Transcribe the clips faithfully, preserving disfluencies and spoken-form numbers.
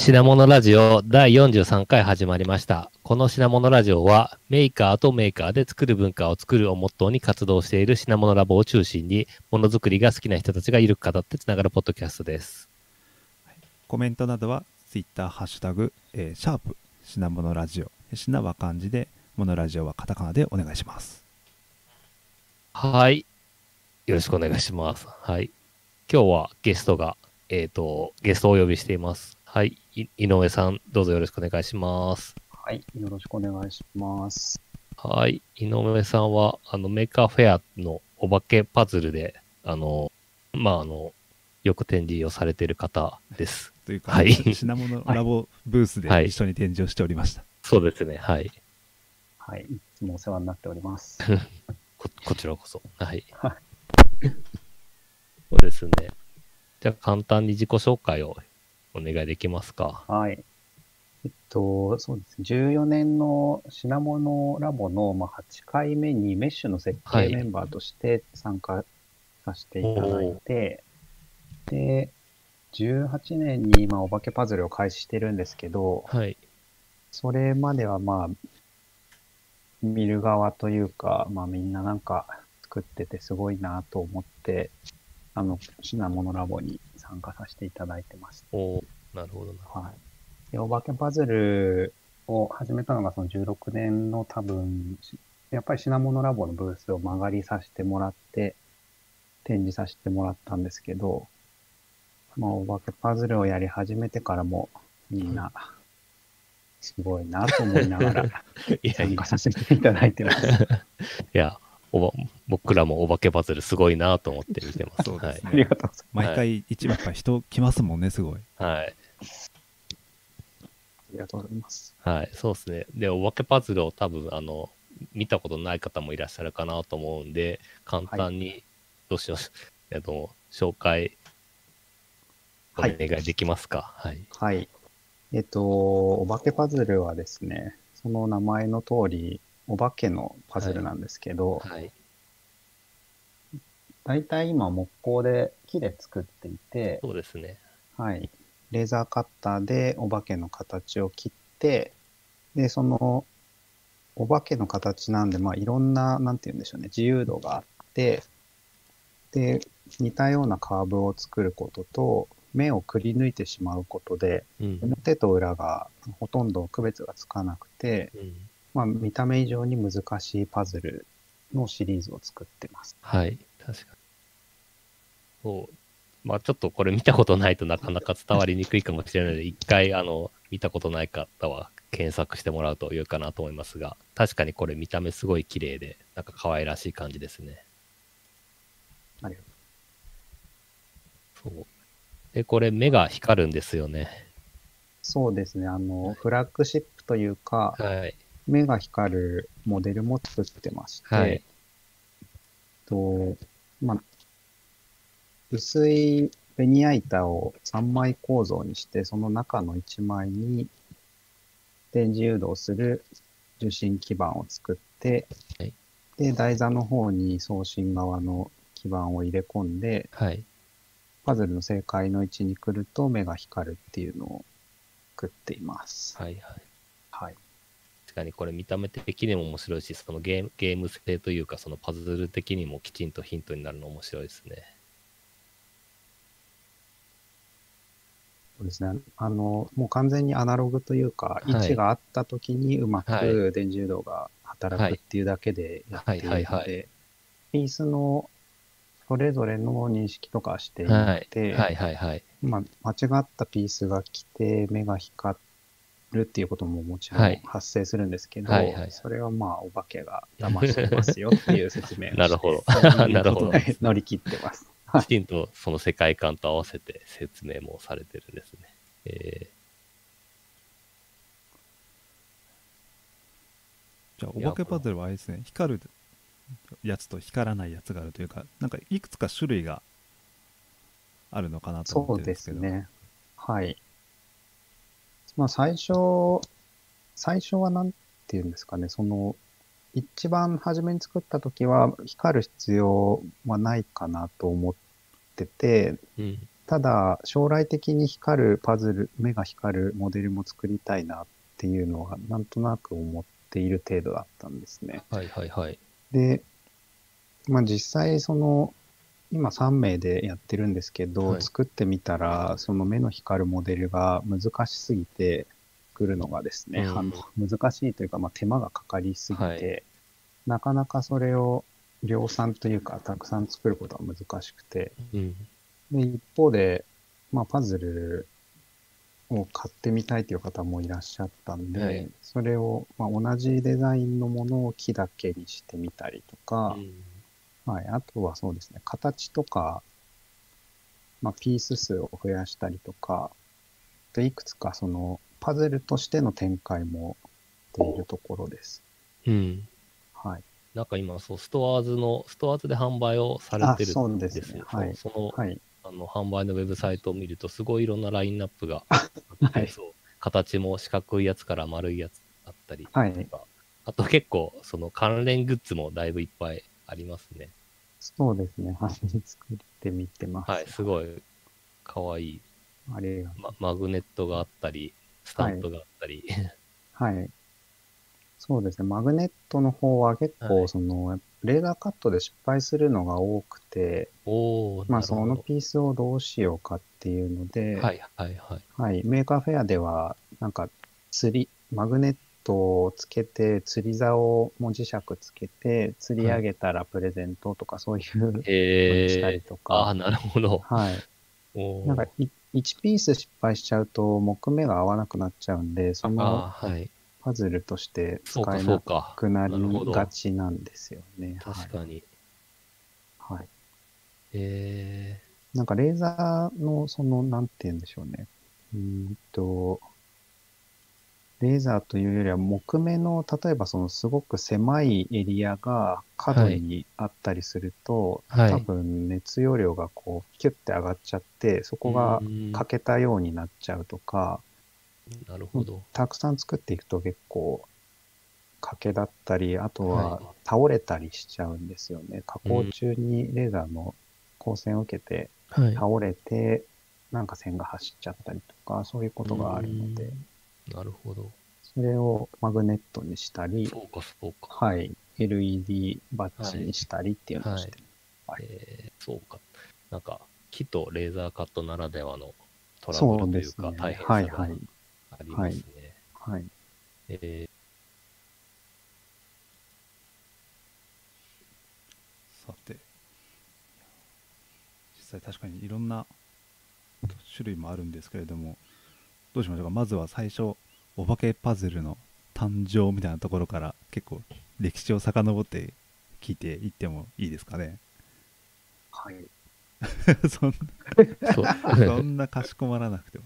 品物ラジオだいよんじゅうさんかい始まりました。この品物ラジオはメーカーとメーカーで作る文化を作るをモットーに活動している品物ラボを中心にものづくりが好きな人たちがゆるく語ってつながるポッドキャストです。 コメントなどはツイッターハッシュタグ、えーシャープ品物ラジオ、品は漢字でモノラジオはカタカナでお願いします。 はい。よろしくお願いします。はい。今日はゲストが、えっと、ゲストをお呼びしています。はい。い井上さん、どうぞよろしくお願いします。 はい。よろしくお願いします。 はい。井上さんは、あの、メーカーフェアのお化けパズルで、あの、まあ、あの、よく展示をされている方です。 というか、 はい品物ラボブースではい一緒に展示をしておりました。 そうですね。はい。 はい。いつもお世話になっております。 こ、こちらこそ。はい。 はいそうですね。じゃあ、簡単に自己紹介をお願いできますか。 はい。えっと、そうですね。じゅうよねんの品物ラボの、まあ、はちかいめにメッシュの設計メンバーとして参加させていただいて、で、じゅうはちねんに、まあ、お化けパズルを開始してるんですけど、 はい。 それまではまあ、見る側というか、まあみんななんか作っててすごいなと思って、あの、品物ラボに参加させていただいてます。 おーなるほどな。 はい。で、お化けパズルを始めたのがそのじゅうろくねんの多分、しやっぱり品物ラボのブースを曲がりさせてもらって、展示させてもらったんですけど、まあ、お化けパズルをやり始めてからもみんな、すごいなと思いながらいやいや参加させていただいてます。 いやおば、僕らもお化けパズルすごいなと思って見てます。 そうですね。 ありがとうございます。 毎回一番やっぱ人来ますもんね、すごい。 はい。はい。 ありがとうございます。 はい。そうですね。で、お化けパズルを多分、あの、見たことない方もいらっしゃるかなと思うんで、簡単に、どうしよう、えっと、紹介、お願いできますか。はい。 はい。えっと、お化けパズルはですね、その名前の通り、お化けのパズルなんですけど、 はい。 大体今木工で木で作っていて、 そうですね。 はい。レーザーカッターでお化けの形を切って、で、そのお化けの形なんで、まあいろんな、なんて言うんでしょうね、自由度があって、で、似たようなカーブを作ることと、目をくり抜いてしまうことで、 うん。 表と裏がほとんど区別がつかなくて、 うん、 まあ、見た目以上に難しいパズルのシリーズを作ってます。 はい。確かに。そう。まあちょっとこれ見たことないとなかなか伝わりにくいかもしれないので、一回、あの、見たことない方は検索してもらうといいかなと思いますが、確かにこれ見た目すごい綺麗で、なんか可愛らしい感じですね。 ありがとう。 そう。で、これ目が光るんですよね。 そうですね。あの、フラッグシップというか、 はい。 目が光るモデルも作ってまして、 はいと、まあ、薄いベニヤ板をさんまい構造にして、その中のいちまいに電磁誘導する受信基板を作って、 はいで、台座の方に送信側の基板を入れ込んで、 はい。 パズルの正解の位置に来ると目が光るっていうのを作っています。 はいはい。 はい。 確かにこれ見た目的にも面白いし、そのゲーム、ゲーム性というか、そのパズル的にもきちんとヒントになるの面白いですね。 そうですね。あの、もう完全にアナログというか、 はい位置があった時にうまはく電磁誘導が働くっていうだけでやっているのはいはいはいで、ピースのそれぞれの認識とかはしていはないくて、 はいはいはい。 まあ、間違ったピースが来て目が光るっていうことももちろんはい発生するんですけど、 はいはいそれはまあお化けが騙してますよっていう説明をしてなるほどそういうなるほどことで乗り切ってます。はきちんとその世界観と合わせて説明もされてるんですね。えじゃあ、お化けパズルはあれですね、光るやつと光らないやつがあるというか、なんかいくつか種類があるのかなと思そうでってるんですけど。 すね。はい。まあ最初、最初はなんていうんですかね、その、一番初めに作った時は光る必要はないかなと思ってて、 ー、うん。 ただ、将来的に光るパズル、目が光るモデルも作りたいなっていうのは、なんとなく思っている程度だったんですね。 はいはいはい。 で、まあ実際、その、今さん名でやってるんですけど、 はい作ってみたら、その目の光るモデルが難しすぎて、作るのがですね、 うんあの難しいというか、まあ、手間がかかりすぎて、 はいなかなかそれを量産というか、たくさん作ることは難しくて、 うん。 で、一方で、まあ、パズルを買ってみたいという方もいらっしゃったんで、 はいそれを、まあ、同じデザインのものを木だけにしてみたりとか、 うんはい、あとはそうですね、形とか、まあ、ピース数を増やしたりとか、でいくつかそのパズルとしての展開もしているところです。 うん。 はい。 なんか今、そう、ストアーズの、ストアーズで販売をされあ、 てるそうんでですす。 ね。はい。 そうその、 はい。 あの、販売のウェブサイトを見ると、すごいいろんなラインナップがあって、 はいそう、形も四角いやつから丸いやつあったりとか、 はい。 あと結構、その関連グッズもだいぶいっぱいありますね。 そうですね。はい。作ってみてます。 はい、すごいかわいい、 あれが。 ま、マグネットがあったり、スタンプがあったり。 はい。そうですね。マグネットの方は結構、 はいその、レーザーカットで失敗するのが多くて、 おー、 まあ、そなるほど。 のピースをどうしようかっていうので、 はいはいはい。 はい。メーカーフェアでは、なんか、釣り、マグネットをつけて、釣り竿も磁石つけて、釣り上げたらプレゼントとか、そういうのにしたりへー、 とあー、 か、 なるほど。 はい。 おーなんかい、いちピース失敗しちゃうと、木目が合わなくなっちゃうんで、そのあー、はい。 パズルとしてそうか使えなそうか。 くなりなるほどがちなんですよね。 確かに。 はい。はい。 えなんかレーザーの、その、なんて言うんでしょうね。うーんと、レーザーというよりは木目の、例えばそのすごく狭いエリアが角にあったりすると、 はい多分熱容量がこう、キュッて上がっちゃって、そこがー、 欠けたようになっちゃうとか、 なるほど。 たくさん作っていくと結構欠けだったり、あとははい倒れたりしちゃうんですよね。加工中にレーザーの光線を受けてはい。 倒れて、なんか線が走っちゃったりとか、そういうことがあるので、 なるほど。 それをマグネットにしたり、 そうかそうか。 はい、エルイーディー バッジにしたりっていうのをして、はいえー、そうか。なんか、木とレーザーカットならではのトラブそルというか、 うですね。 大変さがはいはい。 ありますね。 はい。 えさて、実際確かにいろんな種類もあるんですけれども、どうしましょうか。まずは最初、お化けパズルの誕生みたいなところから結構歴史を遡って聞いていってもいいですかね。 はい。 そんー、そう。 なそんなかしこまらなくても。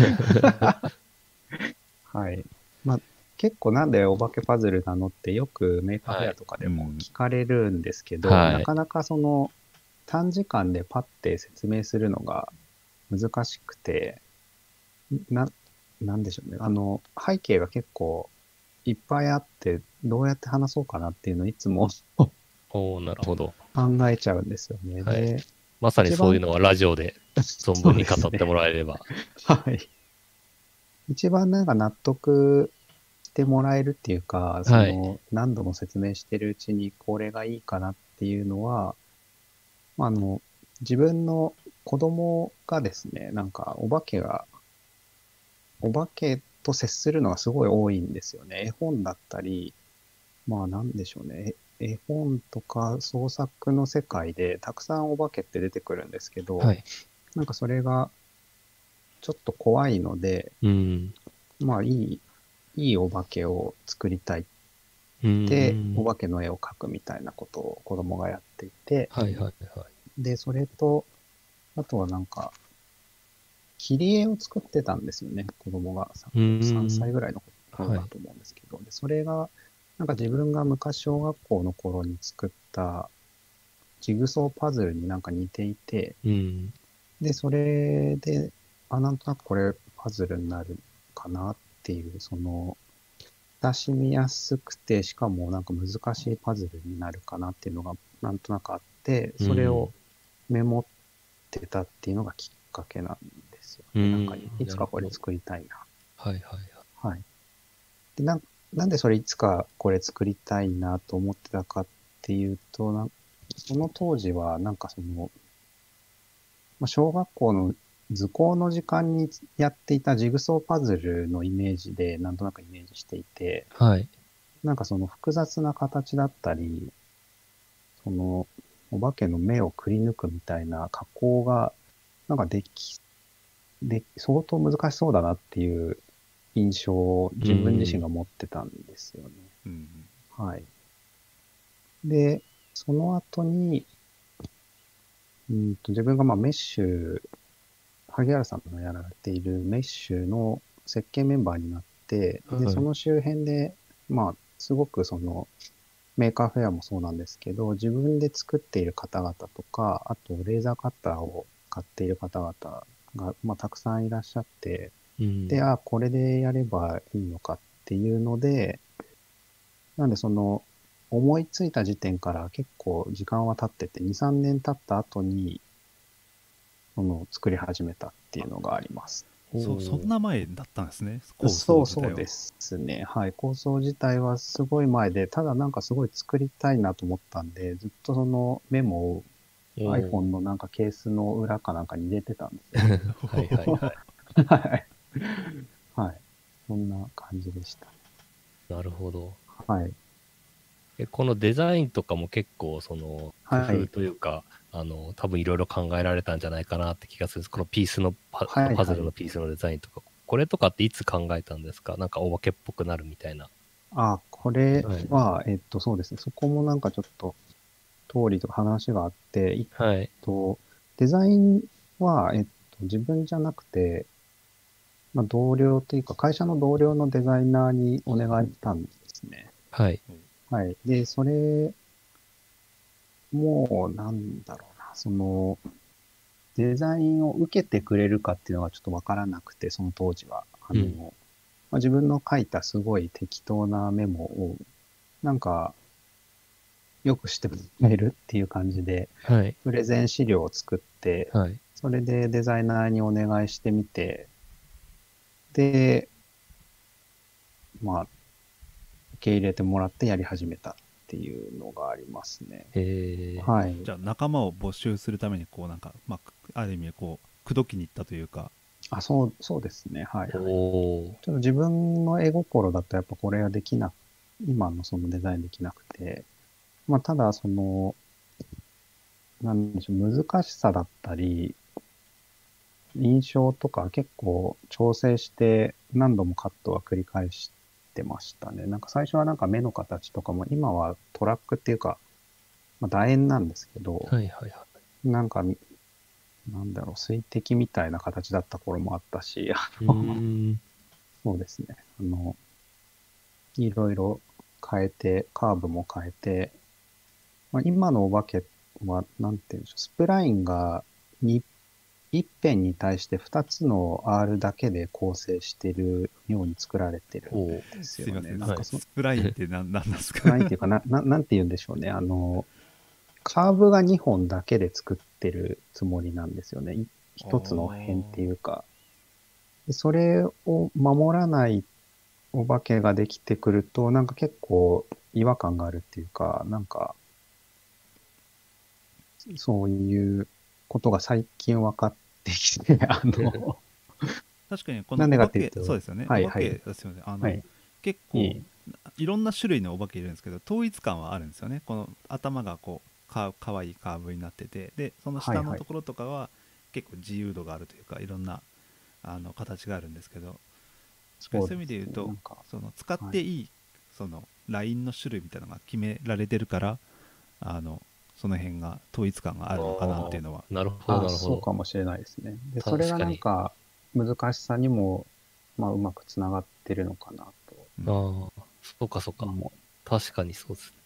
はい。まあ、結構なんでお化けパズルなのってよくメーカーフェアとかでもはい聞かれるんですけど、 はいなかなかその短時間でパッて説明するのが難しくて、な、なんでしょうね。あの、背景が結構いっぱいあって、どうやって話そうかなっていうのをいつもおー、なるほど。 考えちゃうんですよね。 はいで、 まさにそういうのはラジオで存分に語ってもらえれば。 はい。一番なんか納得してもらえるっていうか、その、何度も説明してるうちにこれがいいかなっていうのは、まああの、自分の子供がですね、なんかお化けが、お化けと接するのがすごい多いんですよね。絵本だったり、まあなんでしょうね。え絵本とか創作の世界でたくさんお化けって出てくるんですけど、 はい。 なんかそれがちょっと怖いので、 うん。 まあいい、いいお化けを作りたいっうんて、お化けの絵を描くみたいなことを子供がやっていて、 はいはいはい。 で、それと、あとはなんか、切り絵を作ってたんですよね、子供がさうんさんさいぐらいの頃だと思うんですけど、でそれが、なんか自分が昔小学校の頃に作ったジグソーパズルになんか似ていて、 うん。 で、それで、あ、なんとなくこれパズルになるかなっていう、その、親しみやすくて、しかもなんか難しいパズルになるかなっていうのがなんとなくあって、それをメモってたっていうのがきっかけなんですよね。 うんなんかいいつかこれ作りたいな。 はいはいはい。 はい。でな、なんでそれいつかこれ作りたいなと思ってたかっていうと、なその当時はなんかその、まあ、小学校の図工の時間にやっていたジグソーパズルのイメージでなんとなくイメージしていて、 はい。 なんかその複雑な形だったり、そのお化けの目をくり抜くみたいな加工がなんかでき、で、相当難しそうだなっていう印象を自分自身が持ってたんですよね。 うんはい。で、その後に、うんと自分がまあメッシュ、萩原さんのやられているメッシュの設計メンバーになって、で、 はいその周辺で、まあ、すごくその、メーカーフェアもそうなんですけど、自分で作っている方々とか、あとレーザーカッターを買っている方々が、まあ、たくさんいらっしゃって、 うん。 で、あ、これでやればいいのかっていうので、なんでその、思いついた時点から結構時間は経ってて、に、さんねん経った後に、その、作り始めたっていうのがあります。 そそんな前だったんですね、構想そう自体は。 そうですね。はい。構想自体はすごい前で、ただなんかすごい作りたいなと思ったんで、ずっとそのメモをおー iPhone のなんかケースの裏かなんかに入れてたんですよ。 はいはいはい。 はい。はい。そんな感じでした。 なるほど。 はい。 え、このデザインとかも結構、その、工はい夫というか、あの、多分いろいろ考えられたんじゃないかなって気がするんです。このピースのパ、 はいはいパズルのピースのデザインとか、これとかっていつ考えたんですか？なんかお化けっぽくなるみたいな。 あ、これはいは、えっと、そうですね。そこもなんかちょっと、通りとか話があって、えっはい。 と、デザインは、えっと、自分じゃなくて、まあ、同僚というか、会社の同僚のデザイナーにお願いしたんですね。 はい。 はい。で、それ、もう、なんだろうな、その、デザインを受けてくれるかっていうのがちょっとわからなくて、その当時は。あの、 うんまあ、自分の書いたすごい適当なメモを、なんか、よくしてもらえるっていう感じで、 はい。 プレゼン資料を作って、 はい。 それでデザイナーにお願いしてみて、で、まあ、受け入れてもらってやり始めたっていうのがありますね。 えー、 はい。 じゃあ仲間を募集するためにこうなんか、まあ、ある意味こう口説きに行ったというか。 あ、そう、そうですね。はい。ちょおー。 っと自分の絵心だとやっぱこれはできな、今のそのデザインできなくて、まあ、ただその、なんでしょう、難しさだったり、印象とか結構調整して何度もカットは繰り返してましたね。なんか最初はなんか目の形とかも今はトラックっていうか、まあ、楕円なんですけど、 はいはいはなんかみ、なんだろう、水滴みたいな形だった頃もあったし、あい。うのーん。 そうですね。あの、いろいろ変えて、カーブも変えて、まあ、今のお化けは、なんていうんでしょう、スプラインがに一辺に対してふたつの R だけで構成しているように作られてるんおー。 ですよね。 すいません、 なんかそ、 スプラインって何なんですスプか？ ラインっていうかな、な、なんて言うんでしょうね。あの、カーブがにほんだけで作ってるつもりなんですよね。い一つの辺っていうか。でそれを守らないお化けができてくると、なんか結構違和感があるっていうか、なんか、そういうことが最近分かってきて、あの、 確かにこなんでのお化け、 かっていうとそうですよね、 はいお化けですよね。あの、 はい結構いいいろんな種類のお化けいるんですけど、統一感はあるんですよね。この頭がこうかかわいいカーブになってて、でそのはいはい下のところとかは結構自由度があるというか、いろんなあの形があるんですけど、そういう意味で言うと、 なんかその使っていい、そのラインの種類みたいなのが決められてるから、あのその辺が統一感があるのかなっていうのは。 なるほどあなるほど。 そうかもしれないですね。で、 確かにそれがなんか難しさにも、まあ、うまくつながってるのかなうんああ、そうかそうか。 と思確かにそうですね。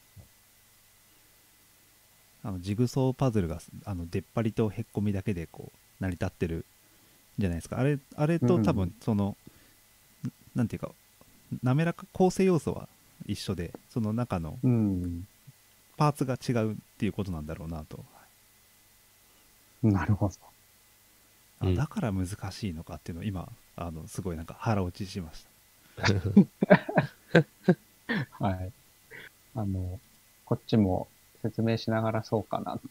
あのジグソーパズルがあの出っ張りとへっこみだけでこう成り立ってるじゃないですか。あれあれと多分その、んなんていうか滑らか構成要素は一緒で、その中のう。うん。 パーツが違うっていうことなんだろうなと。 なるほど。 うんあだから難しいのかっていうのを今あのすごいなんか腹落ちしましはい。あの、こっちも説明しながらそうかな。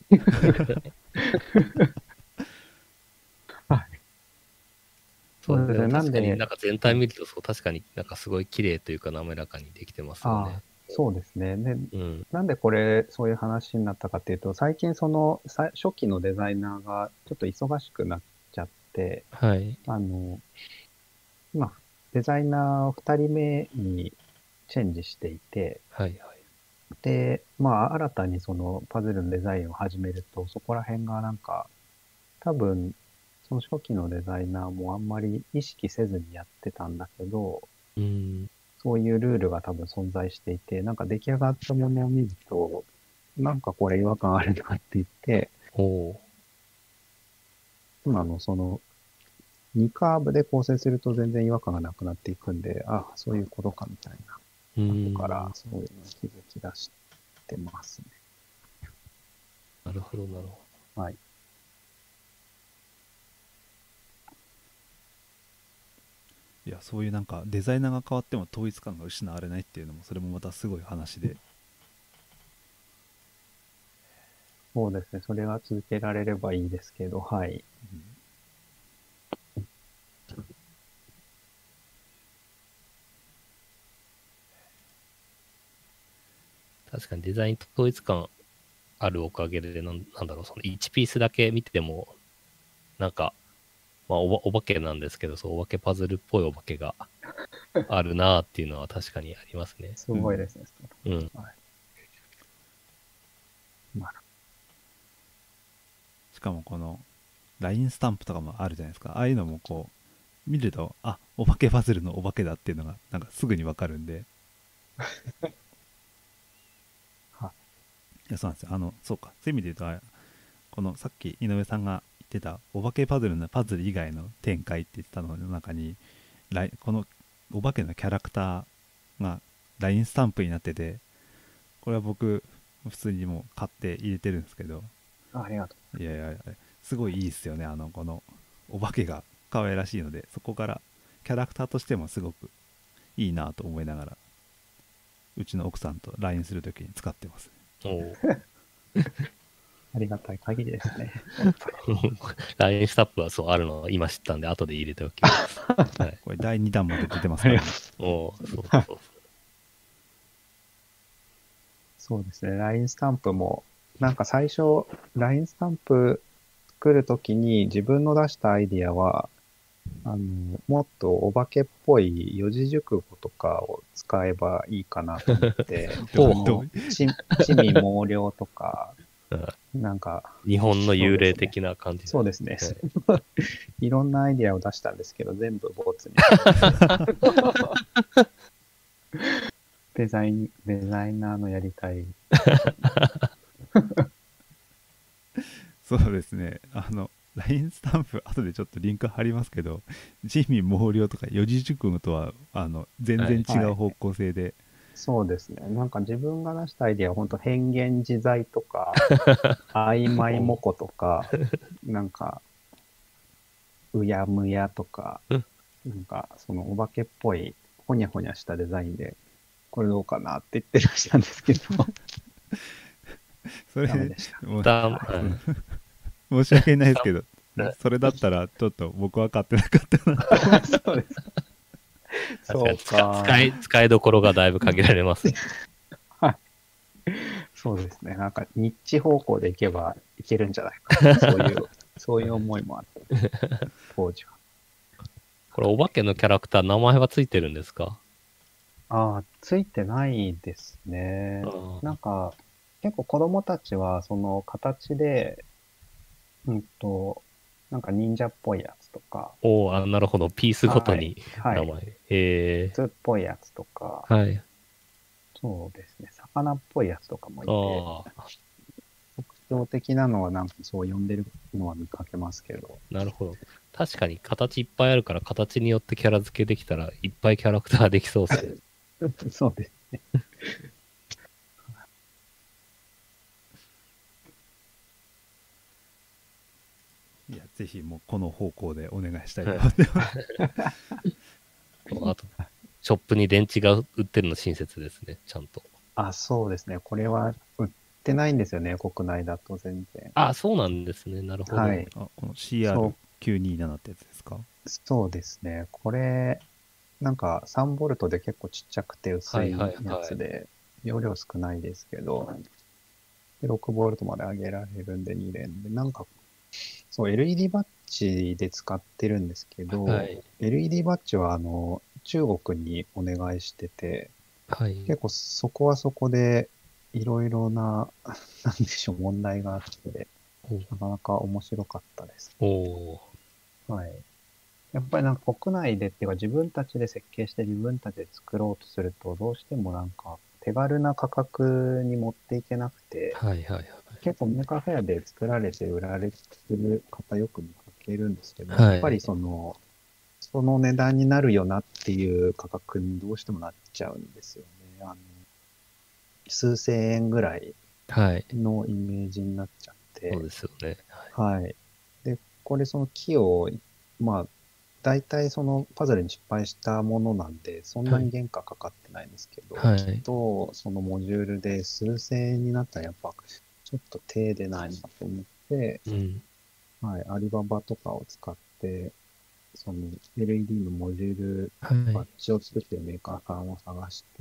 はい。 そうでそうですね。なんも確かになんで、 か全体見るとそう、確かになんかすごい綺麗というか滑らかにできてますよああ、 ね。 そうですね。で、 うん。 なんでこれ、そういう話になったかっていうと、最近その、さ初期のデザイナーがちょっと忙しくなっちゃって、 はい。 あの、今、デザイナーをふたりめにチェンジしていて、 はいはい。 で、まあ、新たにそのパズルのデザインを始めると、そこら辺がなんか、多分、その初期のデザイナーもあんまり意識せずにやってたんだけど、 うん。 そういうルールが多分存在していて、なんか出来上がったものを見ると、なんかこれ違和感あるなって言って、 おー。 今のそのにカーブで構成すると全然違和感がなくなっていくんで、あ、そういうことかみたいな。 うん。 後からそういうの気づき出してますね。 なるほど、なるほはい。 た。いやそういうなんかデザイナーが変わっても統一感が失われないっていうのもそれもまたすごい話で、 そうですね。それが続けられればいいですけど、はい。 うんど。確かにデザイン統一感あるおかげで、なんなんだろう、そのいちピースだけ見ても、なんか、まあおば、お化けなんですけど、そう、お化けパズルっぽいお化けがあるなっていうのは確かにありますね。 すごいですね。 うん。 はい。なるしかもこのラインスタンプとかもあるじゃないですか。ああいうのもこう見ると、あ、お化けパズルのお化けだっていうのがなんかすぐにわかるんで、 はいやそうなんですよ。あのそうか、そういう意味で言うと、あこのさっき井上さんが言ってたお化けパズルのパズル以外の展開って言ってたのの中に、ライこのお化けのキャラクターがラインスタンプになってて、これは僕普通にもう買って入れてるんですけど、 ありがといやいやいやすごいいいですよね。あのこのお化けが可愛らしいので、そこからキャラクターとしてもすごくいいなと思いながら、うちの奥さんと ライン するときに使ってます。 おー。 う。ありがたい限りですね。 ラインスタップはそうあるのを今知ったんで、後で入れておきます。はい。 これだいにだんまで出てますから、ね、 おー、そうそうそう。 そうですね。ラインスタンプも、なんか最初、ラインスタンプ作るときに自分の出したアイディアは、あの、もっとお化けっぽい四字熟語とかを使えばいいかなと思って、 ほうあのち地味猛量とか、 うんなんか、 日本の幽霊的な感じそうですね。 はいいろんなアイディアを出したんですけど、全部ボツに。デザイン、デザイナーのやりたい。 そうですね。あの ライン スタンプ後でちょっとリンク貼りますけど、地味猛量とか四字熟語とはあの全然違う方向性で、 そうですね。なんか自分が出したアイディアは本当変幻自在とか、曖昧模糊とか、なんか、うやむやとか、 うんなんかそのお化けっぽい、ほにゃほにゃしたデザインで、これどうかなって言ってらしたんですけど、 それダメででした。 もうだはい申し訳ないですけどはい、 それだったらちょっと僕は買ってなかったな。 そうです。そう確かに使か。 使い、使いどころがだいぶ限られます。 そうですね。なんか、ニッチ方向でいけばいけるんじゃないかな。そういう、そういう思いもあって、当時は。 これ、お化けのキャラクター、名前はついてるんですか？ ああ、ついてないですね。 あなんか、結構子供たちは、その形で、うんと、なんか忍者っぽいやつとか、 おお、あ、なるほど。ピースごとにはい。 名前。え普通っぽいやつとか、 ー、はい。 そうですね、魚っぽいやつとかもいて、 ああ、 特徴的なのはなんかそう呼んでるのは見かけますけど、 なるほど。確かに形いっぱいあるから、形によってキャラ付けできたらいっぱいキャラクターできそうですね。 そうですね。 いやぜひもうこの方向でお願いしたいとはい思ってます。 あと、ショップに電池が売ってるの親切ですね、ちゃんと。 あ、そうですね。これは売ってないんですよね、国内だと全然。 あ、そうなんですね。なるほど。 はい。 あ、この シーアールきゅうにーなな ってやつですか？ そうですね。これ、なんかさんボルトで結構ちっちゃくて薄はいいはいはい。 やつで、容量少ないですけど、でろくボルトまで上げられるんでに連で、なんか、そう、エルイーディー バッジで使ってるんですけど、 はい。 エルイーディー バッジはあの、中国にお願いしてて、 はい。 結構そこはそこでいろいろな、なんでしょう、問題があって、 おなかなか面白かったです。 おー。 はい。やっぱりなんか国内でっていうか自分たちで設計して自分たちで作ろうとするとどうしてもなんか手軽な価格に持っていけなくて、 はいはいはい。 結構メーカーフェアで作られて売られてる方よく見かけるんですけど、 はいやっぱりその、その値段になるよなっていう価格にどうしてもなっちゃうんですよね。あの、数千円ぐらいはい。 のイメージになっちゃっそうて、 ですよね。 はい。で、これその木を、まあ、大体そのパズルに失敗したものなんで、そんなに原価かかってないんですけど、きっはい。 とそのモジュールで数千円になったらやっぱちょっと手出ないなと思って、 うん。 はい、アリババとかを使って、その エルイーディー のモジュールはい。 バッジを作ってるメーカーさんを探して、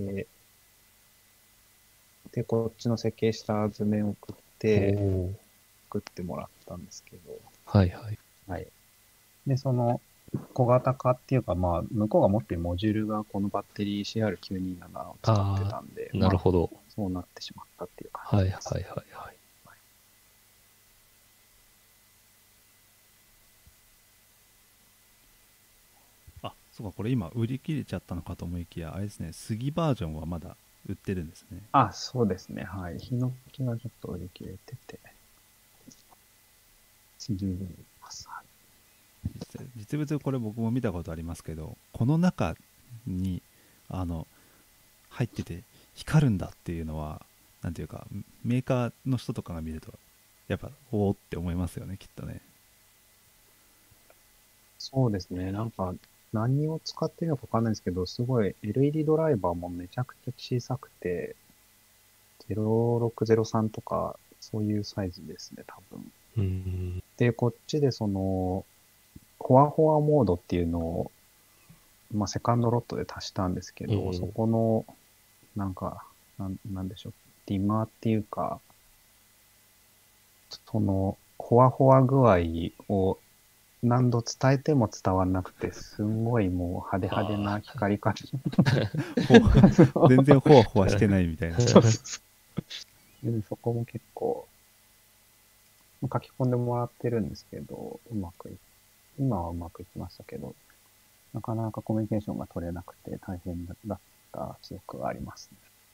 で、こっちの設計した図面を送っおて、 ー。 作ってもらったんですけど、 はいはい。 はい。で、その小型化っていうか、まあ、向こうが持っているモジュールがこのバッテリー シーアールきゅうにーなな を使ってたんで、まあ、 なるほど。 そうなってしまったっていう感はいじです。 はいはいはい。 あ、そうか、これ今売り切れちゃったのかと思いきや、あれですね、杉バージョンはまだ売ってるんですね。 あ、そうですね。はい。ヒノキがちょっと売り切れてて、十分います。はい。 実実物これ僕も見たことありますけど、この中にあの入ってて光るんだっていうのは、なんていうかメーカーの人とかが見るとやっぱおおって思いますよね、きっとね。 そうですね。なんか、何を使ってるのかわかんないんですけど、すごい エルイーディー ドライバーもめちゃくちゃ小さくて、ゼロろくゼロさんとか、そういうサイズですね、多分。 うん。 で、こっちでその、ホワホワモードっていうのを、まあ、セカンドロットで足したんですけど、 うんそこの、なんか、なん、なんでしょう、ディマーっていうか、その、ホワホワ具合を何度伝えても伝わらなくて、すんごいもう派手派手な光り方。 ほ全然ホワホワしてないみたいな。 そうそうそうでそこも結構、書き込んでもらってるんですけど、うまくい、今はうまくいきましたけど、なかなかコミュニケーションが取れなくて大変だった記憶がありますね。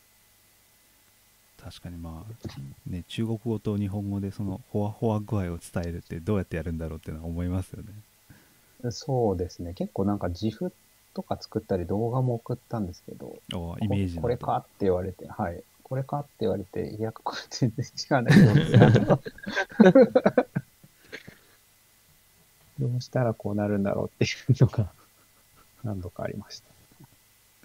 確かにまあね、中国語と日本語でそのホワホワ具合を伝えるってどうやってやるんだろうっていうのは思いますよね。 そうですね。結構なんか自負とか作ったり動画も送ったんですけど、 おイメージこのと。 れかって言われて、はい。これかって言われて、いや、これ全然違うんだけど、どうしたらこうなるんだろうっていうのが何度かありました。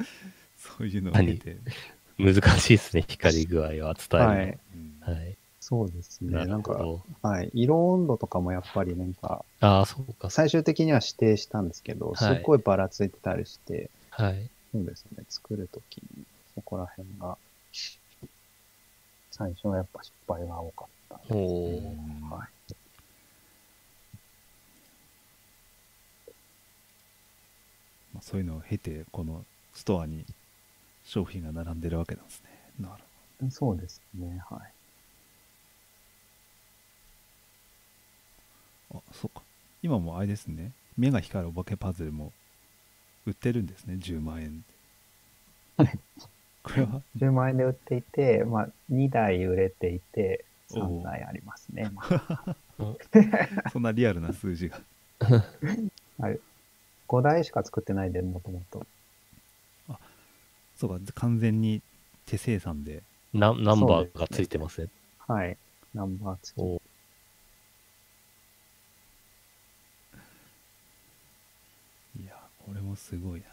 そういうのを経て、 難しいですね、光り具合を伝えるの。 はい。 うんはい。 そうですね。 ななんか、 るほど。 はい。色温度とかもやっぱりなんか、 ああ、そうか。 最終的には指定したんですけど、 はいすっごいばらついてたりして、 はい。 そうですね。作るときに、そこら辺が、最初はやっぱ失敗が多かったです。 おうー。 んはい。 まあ、そういうのを経てこのストアに商品が並んでるわけなんですね。なるほそうですね。はい。 ど。あ、そうか。今もあれですね。目が光るお化けパズルも売ってるんですね。じゅうまん円で。これはじゅうまん円で売っていて、まあ、にだい売れていて、 おさんだいありますね。まあ、 そんなリアルな数字が。 はい。ごだいしか作ってないんで、もともと。 そうか、完全に手生産で。 ナナンバーがついてますね。 はい。ナンバー付き。 おこれもすごいな。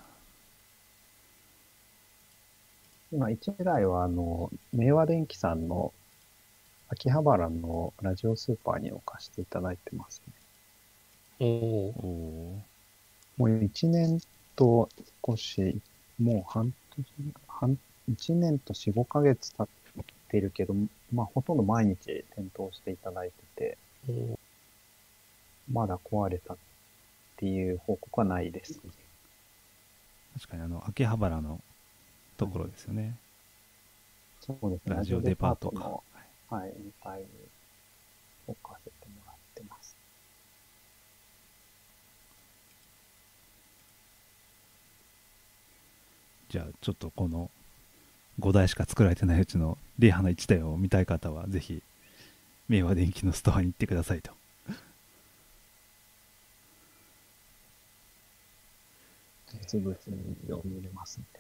今いちだいは、あの、明和電機さんの秋葉原のラジオスーパーに置かせていただいてますね。 おおおお。 もういちねんと少し、もう半年、半、いちねんとよん、ごかげつ経ってるけど、まあほとんど毎日点灯していただいてて、 ー。 まだ壊れたっていう報告はないですね。 確かにあの秋葉原のところですよね。 そうですね。 ラジオデパートか。 の、はい、にかいに置かせてもらってます。 じゃあちょっとこのごだいしか作られてないうちのレアないちだいを見たい方はぜひ明和電機のストアに行ってくださいと。 実物を見れますんで。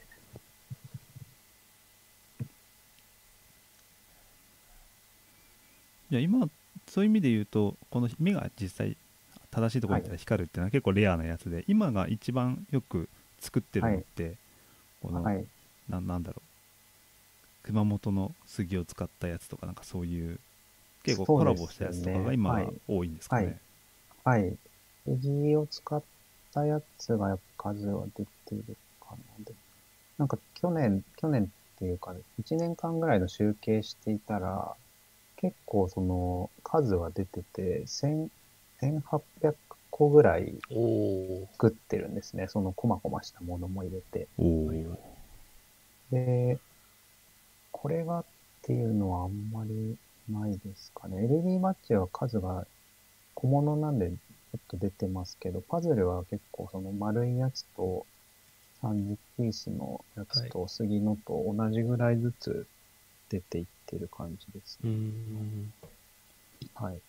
じゃあ今そういう意味で言うとこの目が実際正しいところに行ったら光るっていうのは結構レアなやつで、今が一番よく作ってるのって、この、 はい。 な、なんだろう、熊本の杉を使ったやつとかなんかそういう結構コラボしたやつとかが今はい多いんですかね。 はい。杉を使ったやつがやっぱ数は出てるかな。でなんか去年、去年っていうか、いちねんかんぐらいの集計していたら、結構その数は出てて、せん、せんはっぴゃくこぐらいおお作ってるんですね。その細々したものも入れて。 おお。 で、これがっていうのはあんまりないですかね。エルイーディー マッチは数が小物なんでちょっと出てますけど、パズルは結構その丸いやつとさんじゅうピースのやつと杉のと同じぐらいずつ出ていってる感じですー。うーね。 ん。 はい。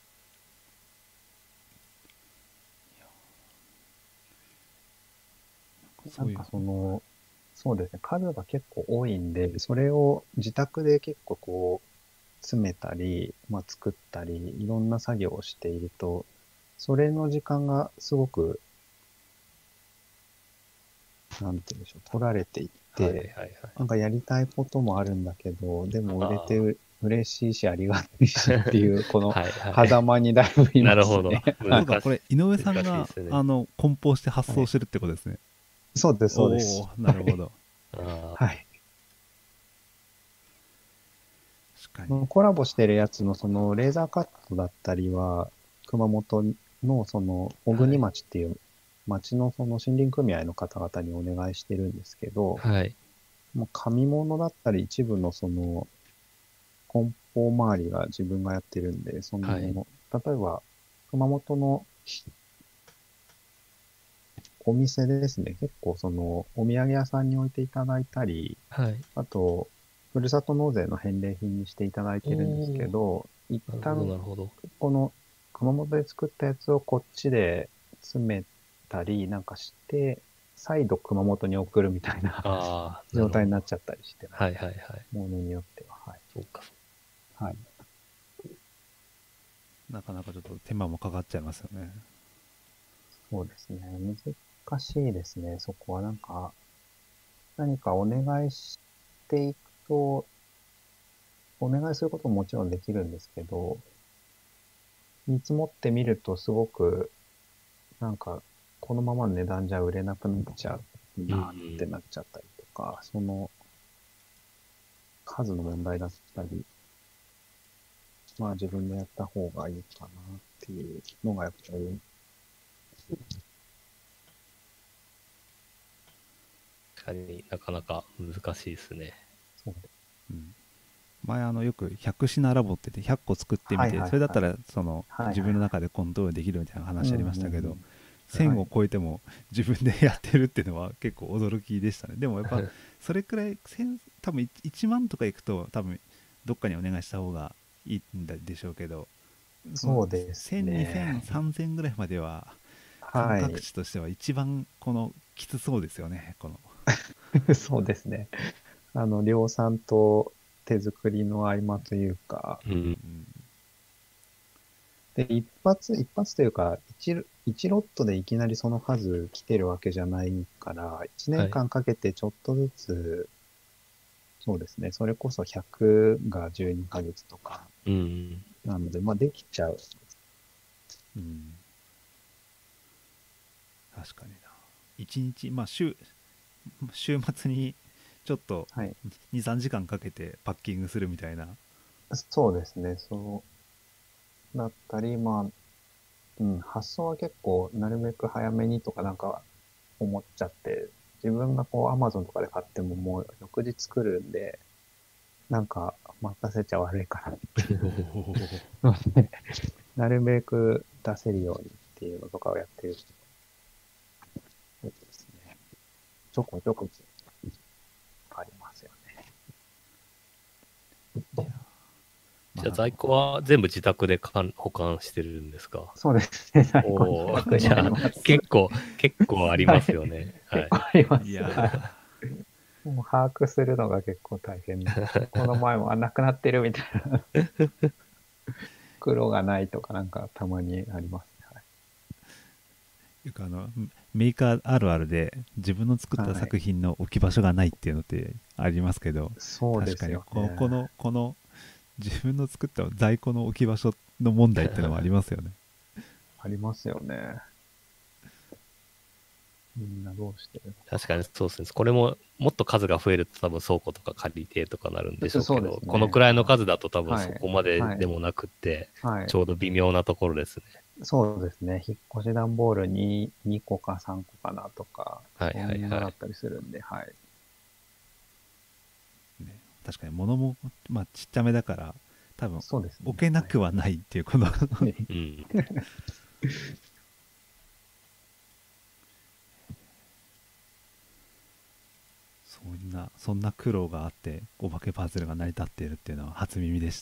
そういうなんかその、そうですね、数が結構多いんで、それを自宅で結構こう、詰めたり、まあ、作ったり、いろんな作業をしていると、それの時間がすごく、なんて言うんでしょう、取られていっはいはいて、 はい。 なんかやりたいこともあるんだけど、でも売れてあう嬉しいし、ありがたいしっていう、このはいはい。 狭間にだいぶいますね。 なるほど。 そうか、これ井上さん難しいが、 ですねあの梱包して発送してるってことですね。 そうです、そうですお。お、なるほど。 あはい。 確かに。 コラボしてるやつのそのレーザーカットだったりは、熊本のその小国町っていう町のその森林組合の方々にお願いしてるんですけど、 あ。はい。 もう紙物だったり一部のその梱包周りが自分がやってるんで、その、 はい例えば熊本のお店でですね、結構そのお土産屋さんに置いていただいたり、 はい。 あと、ふるさと納税の返礼品にしていただいてるんですけど、一なるほど、な旦るほど。 この熊本で作ったやつをこっちで詰めたりなんかして、再度熊本に送るみたいなああ、 状態になっちちゃったりして、 ゃはいはいはい。 ものによっては。はい。 そうか。 はい。 なかなかちょっと手間もかかっちゃいますよね。 そうですね。難しいですね。そこはなんか、何かお願いしていくと、お願いすることももちろんできるんですけど、見積もってみるとすごく、なんか、このままの値段じゃ売れなくなっちゃうなってなっちゃったりとか、その数の問題だったり、まあ自分でやった方がいいかなっていうのがやっぱり、 確かになかなか難しいですね。 そううん、前あのよくひゃく品ラボって言ってひゃっこ作ってみて、 はいはいはいそれだったらそのはいはい自分の中でコントロールできるみたいな話ありましたけど、 うんうんうんせんを超えても自分でやってるっていうのは結構驚きでしたね。でもやっぱそれくらいせん多分いちまんとかいくと多分どっかにお願いした方がいいんでしょうけど、 そうですねせん、にせん、さんぜんぐらいまでははい感覚値としては一番このきつそうですよね、この。 そうですね。あの、量産と手作りの合間というか、 うん。 うんで、一発、一発というか、一、一ロットでいきなりその数来てるわけじゃないから、一年間かけてちょっとずつ、そうですね、それこそひゃくがじゅうにかげつとか、 うん。 なので、まあできちゃう。 うん。確かにな。一日、まあ週、週末にちょっとはい。 に、さんじかんかけてパッキングするみたいな。 そうですね、そうだったり、まあ、うん、発送は結構、なるべく早めにとかなんか思っちゃって、自分がこう、アマゾンとかで買ってももう翌日来るんで、なんか、待たせちゃ悪いからっていうので、なるべく出せるようにっていうのとかをやってる。そうですね。ちょこちょこありますよね。 じゃあ在庫は全部自宅でかん保管してるんですか？ そうですね。在庫お自宅ー、じゃあにあります。 結構、結構ありますよね。はい結。構あります。 いやはい、もう把握するのが結構大変で、この前も、あ、なくなってるみたいな。黒がないとかなんかたまにありますね。 ー、よくあの、メーカーあるあるで自分の作ったはい作品の置き場所がないっていうのってありますけど、 そうで確かにすよね。 ここの、この自分の作った在庫の置き場所の問題っていうのもありますよね。 ありますよね。みんなどうしてる確かにそうですね。これももっと数が増えると多分倉庫とか借りてとかなるんでしょうけど、 そうですねこのくらいの数だと多分はいそこまででもなくって、 の。はいち。ょうど微妙なところですね。 そうですね。引っ越し段ボールににこかさんこかなとか、 はいはいはいそんなだったりするんで、はい。 ね、確かに物も、まあ、ちっちゃめだから多分そうですね。 置けなくはないっていうこのはいうん。 そんなそんな苦労があってお化けパズルが成り立っているっていうのは初耳でした。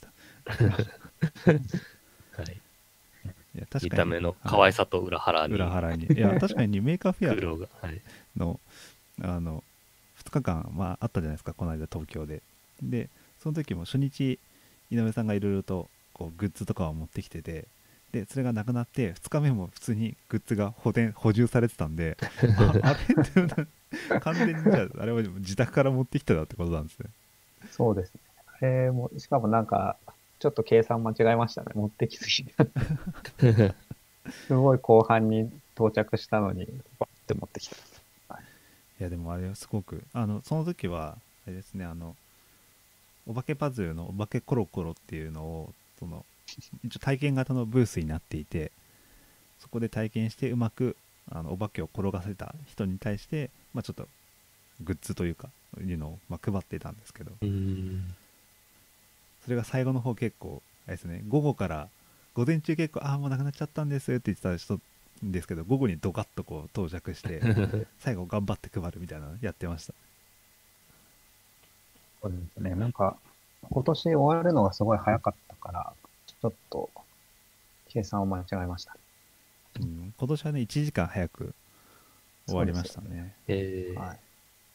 はい。 いや確かに見た目の可愛さと裏腹に。 裏腹にいや確かにメーカーフェ苦労が。はい。 アのあのふつかかん、まあ、あったじゃないですかこの間東京で。でその時も初日井上さんがいろいろとこうグッズとかを持ってきてて、でそれがなくなってふつかめも普通にグッズが補填補充されてたんでああれって完全にじゃああれは自宅から持ってきただってことなんですね。 そうですね。あれも、しかもなんか、ちょっと計算間違えましたね。持ってきすぎた。すごい後半に到着したのに、バッて持ってきた。 いやでもあれはすごくあのその時はあれですね、あのお化けパズルのお化けコロコロっていうのをその一応体験型のブースになっていて、そこで体験してうまくあのお化けを転がせた人に対して、まあ、ちょっとグッズというかいうのを、まあ、配っていたんですけど、 うん。 それが最後の方結構あれですね、午後から午前中結構ああもうなくなっちゃったんですって言ってた人ですけど、午後にドカッとこう到着して最後頑張って配るみたいなのやってました。 そうですね。なんか、今年終わるのがすごい早かったから、ちょっと、計算を間違えました。 うん、今年はねいちじかん早く終わりましたそうですね。 えーはい。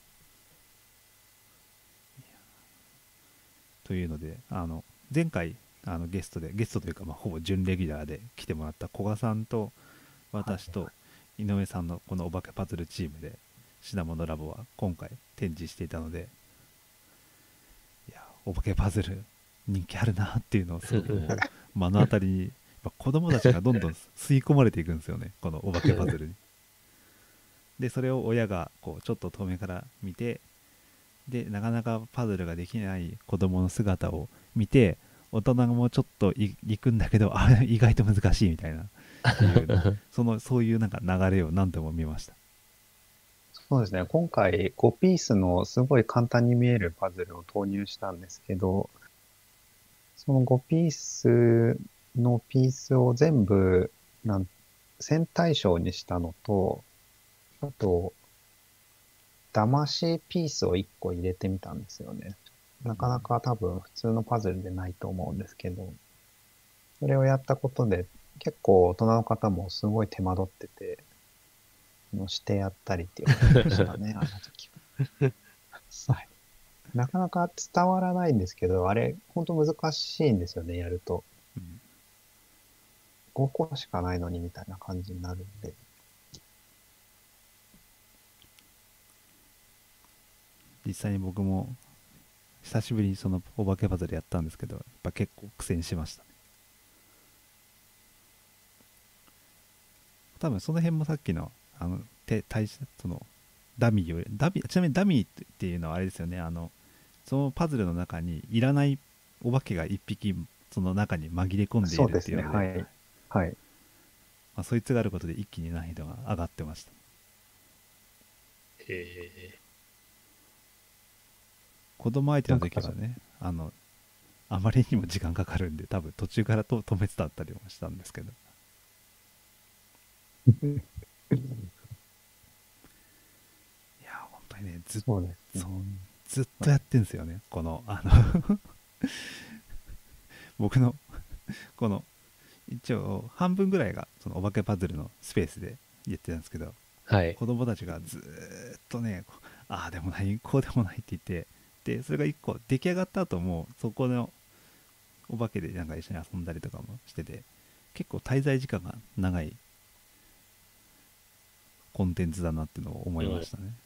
というのであの前回あのゲストでゲストというか、まあ、ほぼ準レギュラーで来てもらった古賀さんと私と井上さんのこのお化けパズルチームで品物ラボは今回展示していたので、いやお化けパズル人気あるなっていうのをすごくもう目の当たりに、やっぱ子供たちがどんどん吸い込まれていくんですよねこのお化けパズルに。でそれを親がこうちょっと遠目から見て、でなかなかパズルができない子供の姿を見て、大人もちょっとい行くんだけどあ意外と難しいみたいなっていうそのそういうなんか流れを何度も見ました。 そうですね。今回ごピースのすごい簡単に見えるパズルを投入したんですけど、そのごピースのピースを全部、なん線対称にしたのと、あと、騙しピースをいっこ入れてみたんですよね。なかなか多分普通のパズルでないと思うんですけど、それをやったことで結構大人の方もすごい手間取ってて、のしてやったりっていう感じでしたね、あの時は。はい。なかなか伝わらないんですけど、あれ、ほんと難しいんですよね、やると。 うんごこしかないのにみたいな感じになるんで。 実際に僕も久しぶりにそのお化けパズルやったんですけど、やっぱ結構苦戦しましたね。多分その辺もさっきのあのて対そのダミーよりダミーちなみにダミーっていうのはあれですよね、あのそのパズルの中にいらないお化けが一匹その中に紛れ込んでいそうですね。 るっていうので、 はい。はい。 まあ、そいつがあることで一気に難易度が上がってました。 え子供相手の時はなんかね、あのあまりにも時間かかるんで多分途中からと止めてたったりもしたんですけど、いや本当にね、ずっそうですね。 そうずっとやってんですよね、このあの僕のこの一応半分ぐらいがそのお化けパズルのスペースでやってたんですけど、 ー、はい。 子供たちがずーっとね、こうああでもないこうでもないって言って、でそれが一個出来上がった後もそこのお化けでなんか一緒に遊んだりとかもしてて、結構滞在時間が長いコンテンツだなっていうのを思いましたね。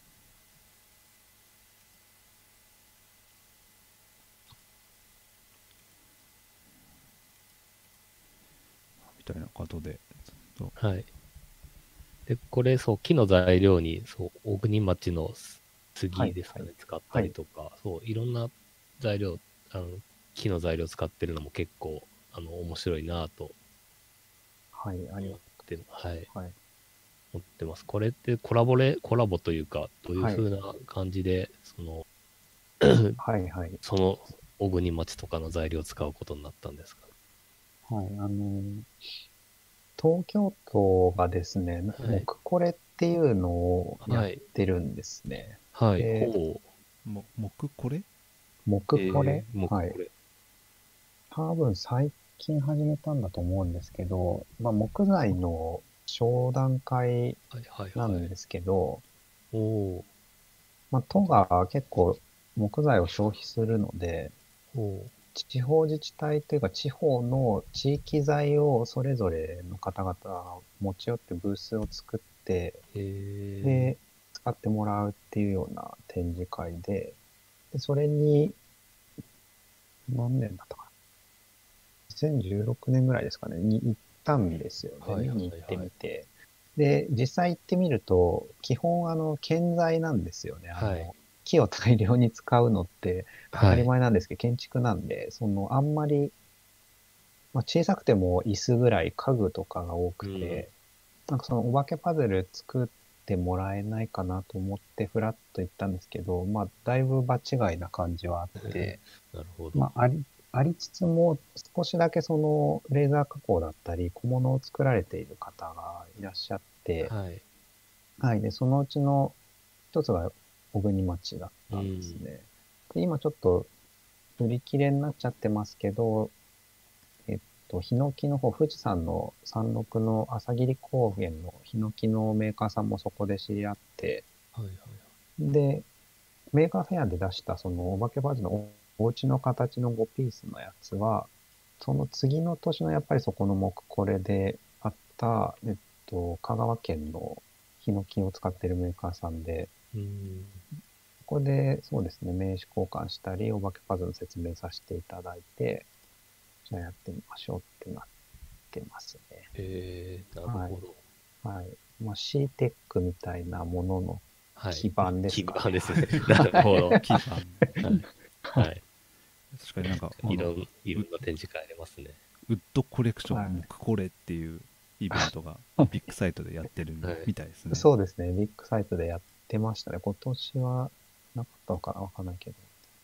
みたいなことで、そうはい。で、これ、そう、木の材料に、そう、小国町のはい。 杉ですかね、 はい。 使ったはい。 りとか、そう、いろんな材料、あの、木の材料使ってるのも結構、あの、面白いなぁとはい。あり思っがて、はい、 とう。はい。 思ってます。これってコラボレ、コラボというか、どういうはい。 風な感じで、その、 はい。はい。 その小国町とかの材料を使うことになったんですか？ はい。あの、東京都がですね、 はい。 木これっていうのをやっはい。 てるんですね。 はい。 で、 ほも木これう。 木これ、 えー、木はい。 これ。 多分最近始めたんだと思うんですけど、まあ、木材の商談会はいはいはい。 なんですけど、 おー。 まあ、都が結構木材を消費するので、 ほう。 地方自治体というか地方の地域材をそれぞれの方々が持ち寄ってブースを作って、 えで、使ってもらうっていうような展示会で、でそれに何年だったかな。にせんじゅうろくねんぐらいですかね、に行ったんですよー、 ね。 はいは見に行っていはい。 みて。で、実際行ってみると、基本あの、建材なんですよね。あはい。 の、木を大量に使うのって当たりはい。 前なんですけど、建築なんで、その、あんまり、まあ、小さくても椅子ぐらい家具とかが多うん。 くて、なんかそのお化けパズル作ってもらえないかなと思ってフラッと行ったんですけど、まあ、だいぶ場違いな感じはあって、 なるほど。 まあ、あり、ありつつも、少しだけその、レーザー加工だったり、小物を作られている方がいらっしゃって、 はい。 はい。で、そのうちの一つが小国町だったんですうん。 ね。で、今ちょっと売り切れになっちゃってますけど、えっと、ヒノキの方、富士山の山麓の朝霧高原のヒノキのメーカーさんもそこで知り合って、 はいはい。 で、メーカーフェアで出したそのお化けバージョンのおお家の形のごピースのやつは、その次の年のやっぱりそこの木これであった、えっと、香川県のヒノキを使っているメーカーさんで、 うん。 ここでそうですね、名刺交換したり、お化けパズルの説明させていただいて、じゃあやってみましょうってなってますね。 えー、なるはい。 ほど。 はい。まあ、シーテック みたいなもののはい。 基盤です基かね。 盤ですね。なるほど。 キーパーね。 はい。はい。 確かになんかあのいろん、いろウんな展示会ありますね。 ウッドコレクショはい。 ン木これっていうイベントがビッグサイトでやってるはい。 みたいですね。 そうですね。ビッグサイトでやってましたね。今年はなかったのかなわかんないけど。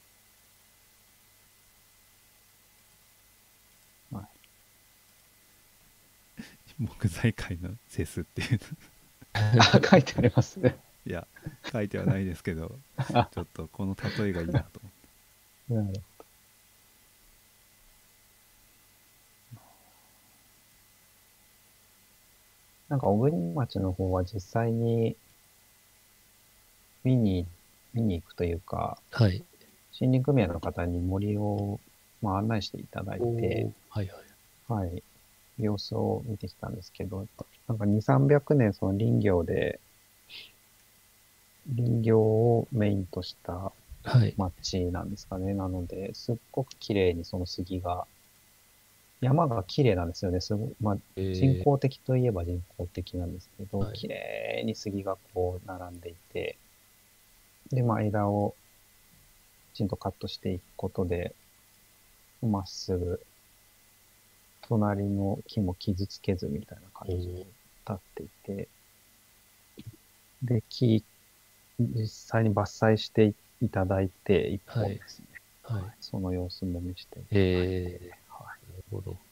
はい。 木材界のセスっていうあ、書いてありますね。 いや書いてはないですけど、 あ、 ちょっとこの例えがいいなと思って。 なるほど。なんか、小国町の方は実際に見に、見に行くというか、 はい。 森林組合の方に森を、まあ、案内していただいて、 おー、はいはい。 はい。 様子を見てきたんですけど、なんかに、さんびゃくねんその林業で、林業をメインとしたはい。 町なんですかね。なので、すっごく綺麗にその杉が、山が綺麗なんですよね。すごまあ、 えー、 人工的といえば人工的なんですけど、 はい。 綺麗に杉がこう並んでいて、で、まあ、枝をきちんとカットしていくことで、まっすぐ、隣の木も傷つけずみたいな感じにおー、 立っていて、で、木、実際に伐採していただいて、一はい。 本ですね。 はい。 はい。その様子も見せていただいて、 えはー、なるほど。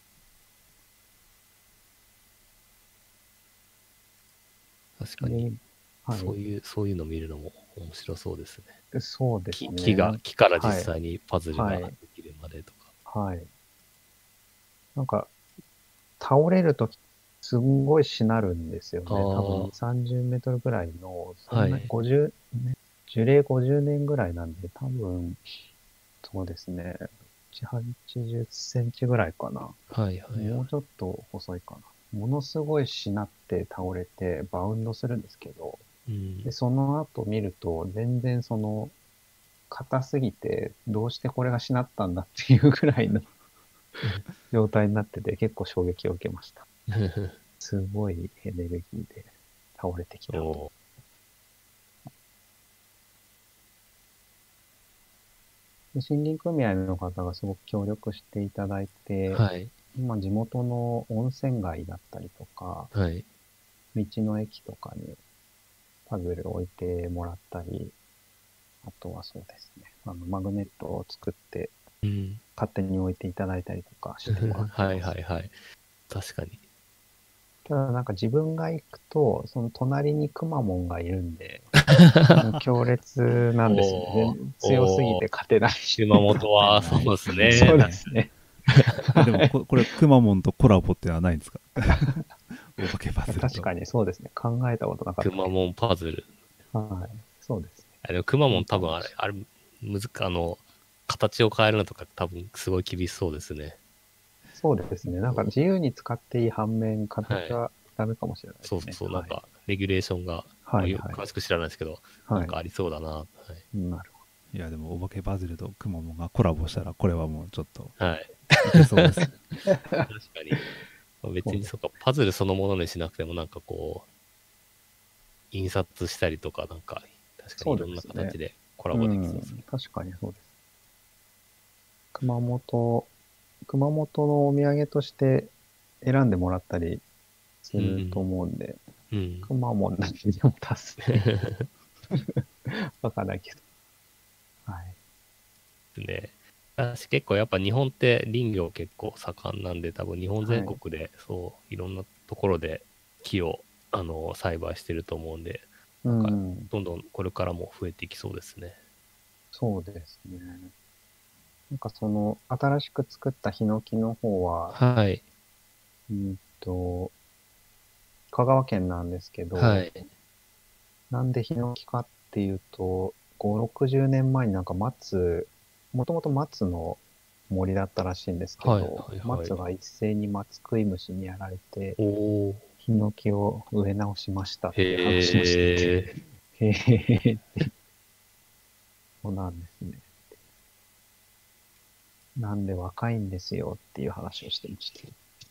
確かい。 に、 で、はい。 そういう、そういうの見るのも面白そうですね。 そうです木、木ね。なが、 ん木からはい。 実際にパズルはい。 ができるまでとか。 はい。なんか、倒れるとき、すんごいしなるんですよね。多分あに、さんじゅうメートルぐらいの、そあ、はんな、 い。 ごじゅう、ね、樹齢ごじゅうねんぐらいなんで、多分、そうですね。ななじゅう、はちじゅっセンチぐらいかな。 はいはいはい。 もうちょっと細いかな。ものすごいしなって倒れてバウンドするんですけど、で、 うん。 その後見ると、全然その、硬すぎて、どうしてこれがしなったんだっていうぐらいの状態になってて、結構衝撃を受けました。すごいエネルギーで倒れてきたと。 おー、 で森林組合の方がすごく協力していただいて、 はい。 まあ、地元の温泉街だったりとか、 はい。 道の駅とかにパズルを置いてもらったり、あとはそうですね、あの、マグネットを作ってうん。 勝手に置いていただいたりとかしてもらってはいます。 はいはい。確かに。 ただなんか自分が行くと、その隣にくまモンがいるんで、もう強烈なんですよね。全おー、 然強すぎおー、 て勝てないし、 熊み本は、 ああ、 そういいっですね。 すね。 そうなですね。 え、でもはい。 こ、これ、くまモンとコラボってのはないんですか？お化けパズルと。 確かにそうですね。考えたことなかったけくまモンパズル。 ど。はい。そうですね。 あでもくまモいいン多分あれ、 かもしれあれ、むずか、あの、形を変えるのとか多分すごい厳しそうですね。 ない。そうですね。なんか自由に使っていい反面、 はい。 形はダメかもしれないですね。 そうそう、なんはい。 か、レギュレーションが、まあ、よはいはい。 詳しく知らないですけど、なはい。 んかありそうだな。はい。 なるいや、でも、お化けパズルとくまモンがコラボしたら、これはもうちょっとはい。 いけそうですね。 確かに。まあ別ほど。そうです。 にそうか、パズルそのものにしなくてもなんかこう、印刷したりとか、なんか、確かにそういろんなですね。 形でコラうボできそうですん。 ね。 確かにそうです。熊本、熊本のお土産として選んでもらったりするとうん。 思うんで、 うん。 くまモンだけでも足すってわかんないけど。はい。 ね。私結構やっぱ日本って林業結構盛んなんで、多分日本全はい。 国でそういろんなところで木をあの栽培してると思うんで、 うなんかん。 どんどんこれからも増えていきそうですね。 そうですね。なんかその、新しく作ったヒノキの方は、 はい。 うんと、香川県なんですけど、 はい。 なんでヒノキかっていうと、ご、ろくじゅうねんまえになんか松、もともと松の森だったらしいんですけはい。 ど、 はい。はい。 松が一斉に松食い虫にやられて、 おー。 ヒノキを植え直しましたっていう話をしてて、 へえ。 へへへ、そうなんですね。なんで若いんですよっていう話をしてました。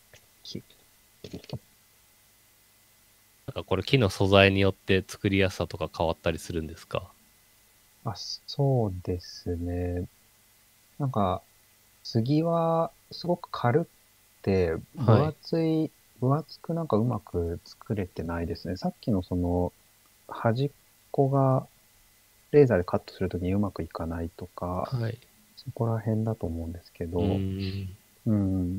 なんかこれ木の素材によって作りやすさとか変わったりするんですか？ あ、そうですね。なんか、杉はすごく軽くて、分はい。 厚い、分厚くなんかうまく作れてないですね。さっきのその端っこがレーザーでカットするときにうまくいかないとか、 はい。 そこら辺だと思うんですけうど、 ーん。 うん。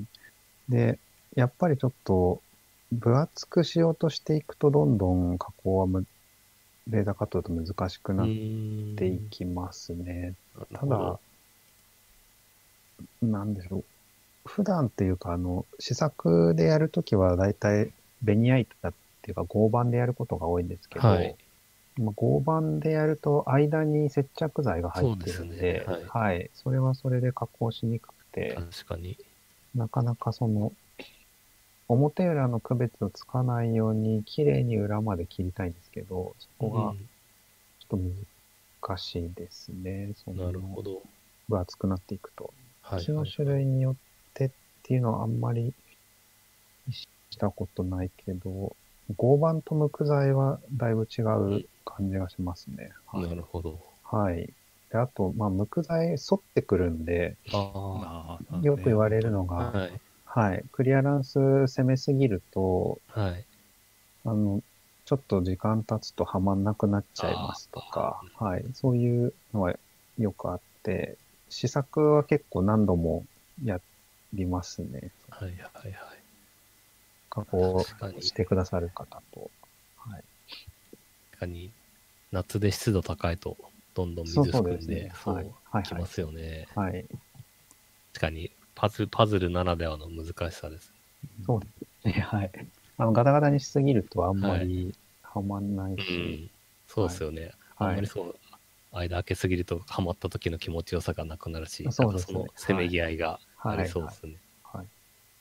で、やっぱりちょっと分厚くしようとしていくとどんどん加工はむレーザーカットだと難しくうーなっていん。 きますね。 なるただ、 ほど。 なんでしょう。普段っていうか、あの、試作でやるときはだいたいベニヤ板っていうか合板でやることが多いんですけはい。 ど、まあ、合板でやると間に接着剤が入っそうでてるすね。 んで、 はい。 はい。それはそれで加工しにくくて、 確かに。 なかなかその表裏の区別をつかないように、綺麗に裏まで切りたいんですけど、そこがちょっと難しいですね。そうん、 のなるほど。 分厚くなっていくと。 はい木の種類によってっていうのはあんまり意識したことないけど、合板と無垢材はだいぶ違う感じがしますね。 はい、 はい。 なるほど。 はい。で、あと、まあ、無垢材沿ってくるんで、 ああよく言われるのあ、 が、 はい。 はい。クリアランス攻めすぎると、 はい。 あの、ちょっと時間経つとはまんなくなっちゃいますとか、はい。そういうのはよくあって、試作は結構何度もやりますね。 はいはいはい。 加工確かに。 してくださる方と。はい。 確かに、夏で湿度高いと、どんどん水そうそう含んで、 ですね。 そう、 はい。はい、 きますよね。 はい。 確かに、パズル、パズルならではの難しさです。 そうですね。はい。あの、ガタガタにしすぎるとあんまはい。 りはまんないうし、 ん。そうですよね。あはいんまりそう、間開けすぎると、ハマった時の気持ちよさがなくなるし、 そうですねなんかそのせめぎ合いがありそうですね。 はい。はい。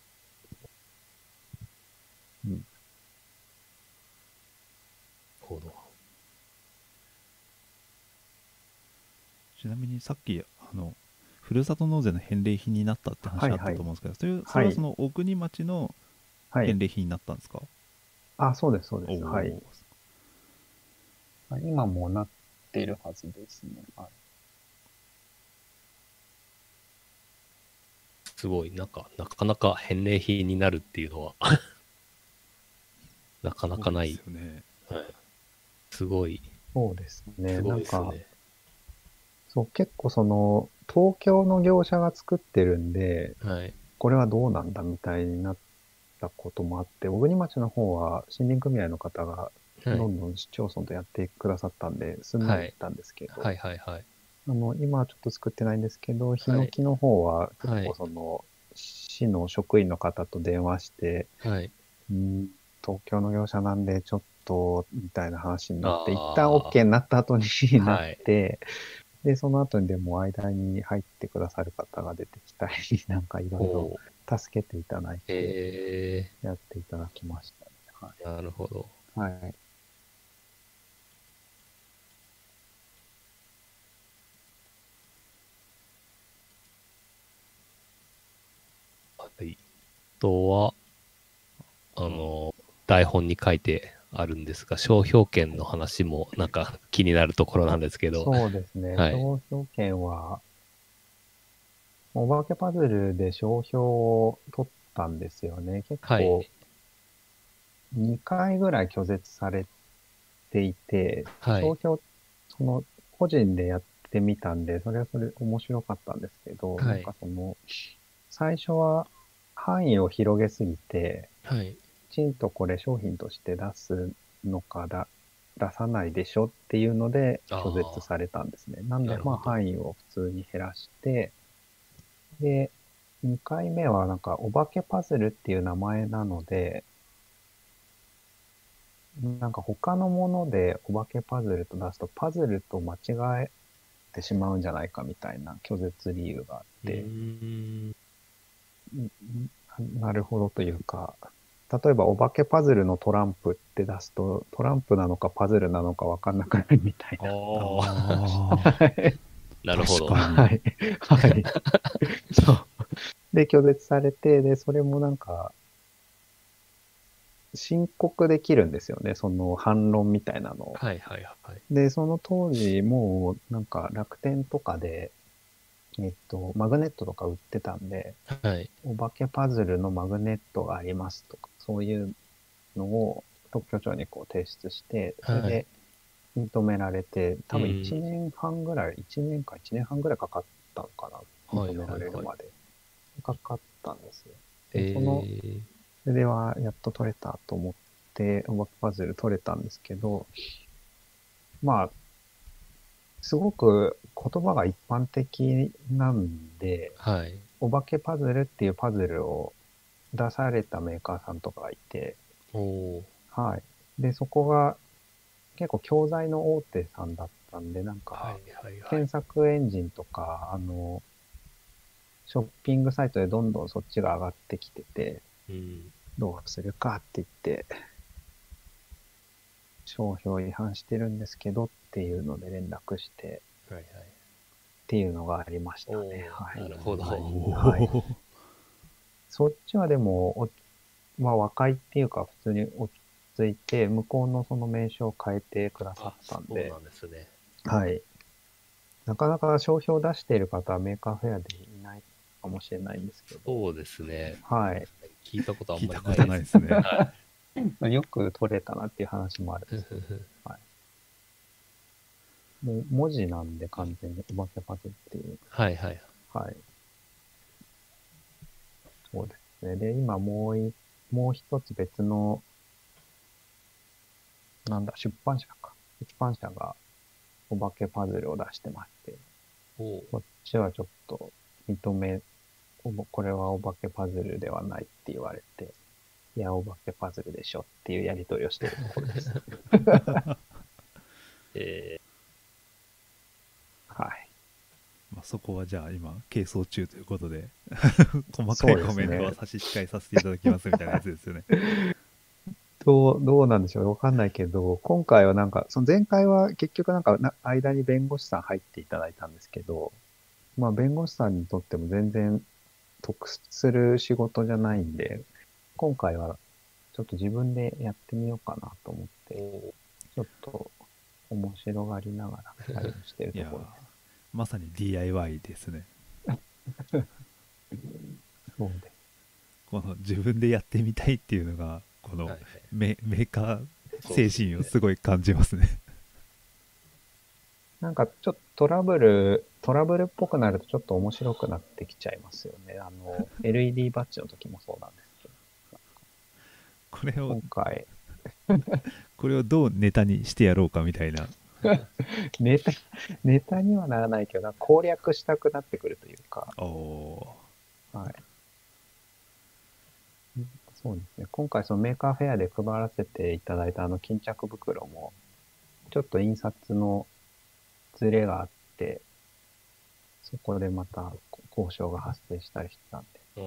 うん。 なるほど。 ちなみにさっきあのふるさと納税の返礼品になったって話あったと思うんですけど、それそれはその小国町のはい。 返礼品になったんですか？ あ、そうです、そうおです。はい。 ー今もなっているはずですね。はい。 すごい、なんか、なかなか返礼品になるっていうのはなかなかない。 そうですよね。 はい。すごい、 そうですね。 すごないんか、 ですね。 そう、結構その、東京の業者が作ってるんで、 はい。 これはどうなんだみたいになったこともあって、小国町の方は森林組合の方がはい。 どんどん市町村とやってくださったんで、すんなりいったんですけど、 はいはいはい。 あの、今はちょっと作ってないんですけど、ヒはい。 ノキの方は結はい構その、市の職員の方と電話して、 はい。 うん、東京の業者なんでちょっと、みたいな話になって、一旦あ OK になった後にあ、 なっはい。 て、で、その後にでも間に入ってくださる方が出てきたり、なんかいろいろほう。 助けていただいて、 えやっていただきましたね。はー、なるほど。 い。はい。 はい。あとは、あの、台本に書いてあるんですが、商標権の話もなんか気になるところなんですけど、 そうですね。 はい。 商標権は、お化けパズルで商標を取ったんですよね。結はい。 構、にかいぐらい拒絶されていて、 はい。 商標、その、個人でやってみたんで、それはそれ面白かったんですけど、なんはい。 かその、最初は範囲を広げすぎて、 はい。 きちんとこれ商品として出すのかだ、出さないでしょっていうのであ拒絶あ、 されたんですね。なんで、まあなるほど。 範囲を普通に減らして、で、にかいめはなんかお化けパズルっていう名前なので、なんか他のものでお化けパズルと出すとパズルと間違えてしまうんじゃないかみたいな拒絶理由があっうて、 ーん。 んなるほどというか、例えばお化けパズルのトランプって出すと、トランプなのかパズルなのかわかんなくなるみたいあな。 あ、 ああ、 なるほど。 確かに。 はい。はい。そう。で、拒絶されて、で、それもなんか、申告できるんですよね。その反論みたいなのを。 はいはいはい。 で、その当時もう、なんか楽天とかで、えっと、マグネットとか売ってたんで、 はい。 お化けパズルのマグネットがありますとか、そういうのを特許庁にこう提出して、それはい。 で認められて、多分うんいちねんはんぐらい、いちねんかいちねんはんぐらいかかったのかな。 はい認められるはいはい。 まで。かかったんですよ。 えで、その、 ー、 それではやっと取れたと思って、お化けパズル取れたんですけど、まあ、すごく言葉が一般的なんで、 はい。 お化けパズルっていうパズルを出されたメーカーさんとかがいて、 おお。 はい。で、そこが結構教材の大手さんだったんで、なんはか、 いはいはい。 検索エンジンとか、あの、ショッピングサイトでどんどんそっちが上がってきてて、 うん。 どうするかって言って、商標違反してるんですけどっていうので連絡して、 はいはい。 っていうのがありましたおね。はー、 い。 なるほど。 はい。 おはい。 お、 そっちはでも、おまあ、和解っていうか、普通に落ち着いて、向こうのその名称を変えてくださあ、 ったんそうで、 なんですね。 はい。なかなか商標を出している方はメーカーフェアでいないかもしれないんですけど、 そうですね。 はい。 聞いたことあん聞いまりたことないですね。 はよく取れたなっていう話もあるんい。 ですけど、はい。もう文字なんで完全にお化けパズルっていう。 はいはい。 はい。そうですね。で、今もうい、もう一つ別の、なんだ、出版社か。出版社がお化けパズルを出してまして、 おー、 こっちはちょっと認め、おぼこれはお化けパズルではないって言われて、いや、お化けパズルでしょっていうやり取りをしているところです。 えはい。 まあそこはじゃあ今、係争中ということで、細かそうですねいコメントは差し控えさせていただきますみたいなやつですよね。 どう、どうなんでしょうわかんないけど、今回はなんか、その前回は結局なんかな、間に弁護士さん入っていただいたんですけど、まあ弁護士さんにとっても全然得する仕事じゃないんで、今回はちょっと自分でやってみようかなと思っー、 て、 おちょっと面白がりながら対応しているいやー、 ところまさに ディーアイワイ ですね。 です。そうです。 この自分でやってみたいっていうのが、このはいはい。 メメーカーそうで精すね神をすごい感じますね。 なんかちょっとトラブル、トラブルっぽくなるとちょっと面白くなってきちゃいますよね。あの、エルイーディー バッジの時もそうなんですけど、 これを今回、 これをどうネタにしてやろうかみたいな。 ネタ、ネタにはならないけど、攻略したくなってくるというか、 おおはい。そうですね。今回そのメーカーフェアで配らせていただいたあの巾着袋も、ちょっと印刷のズレがあって、そこでまた交渉が発生したりしてたんで。 うん。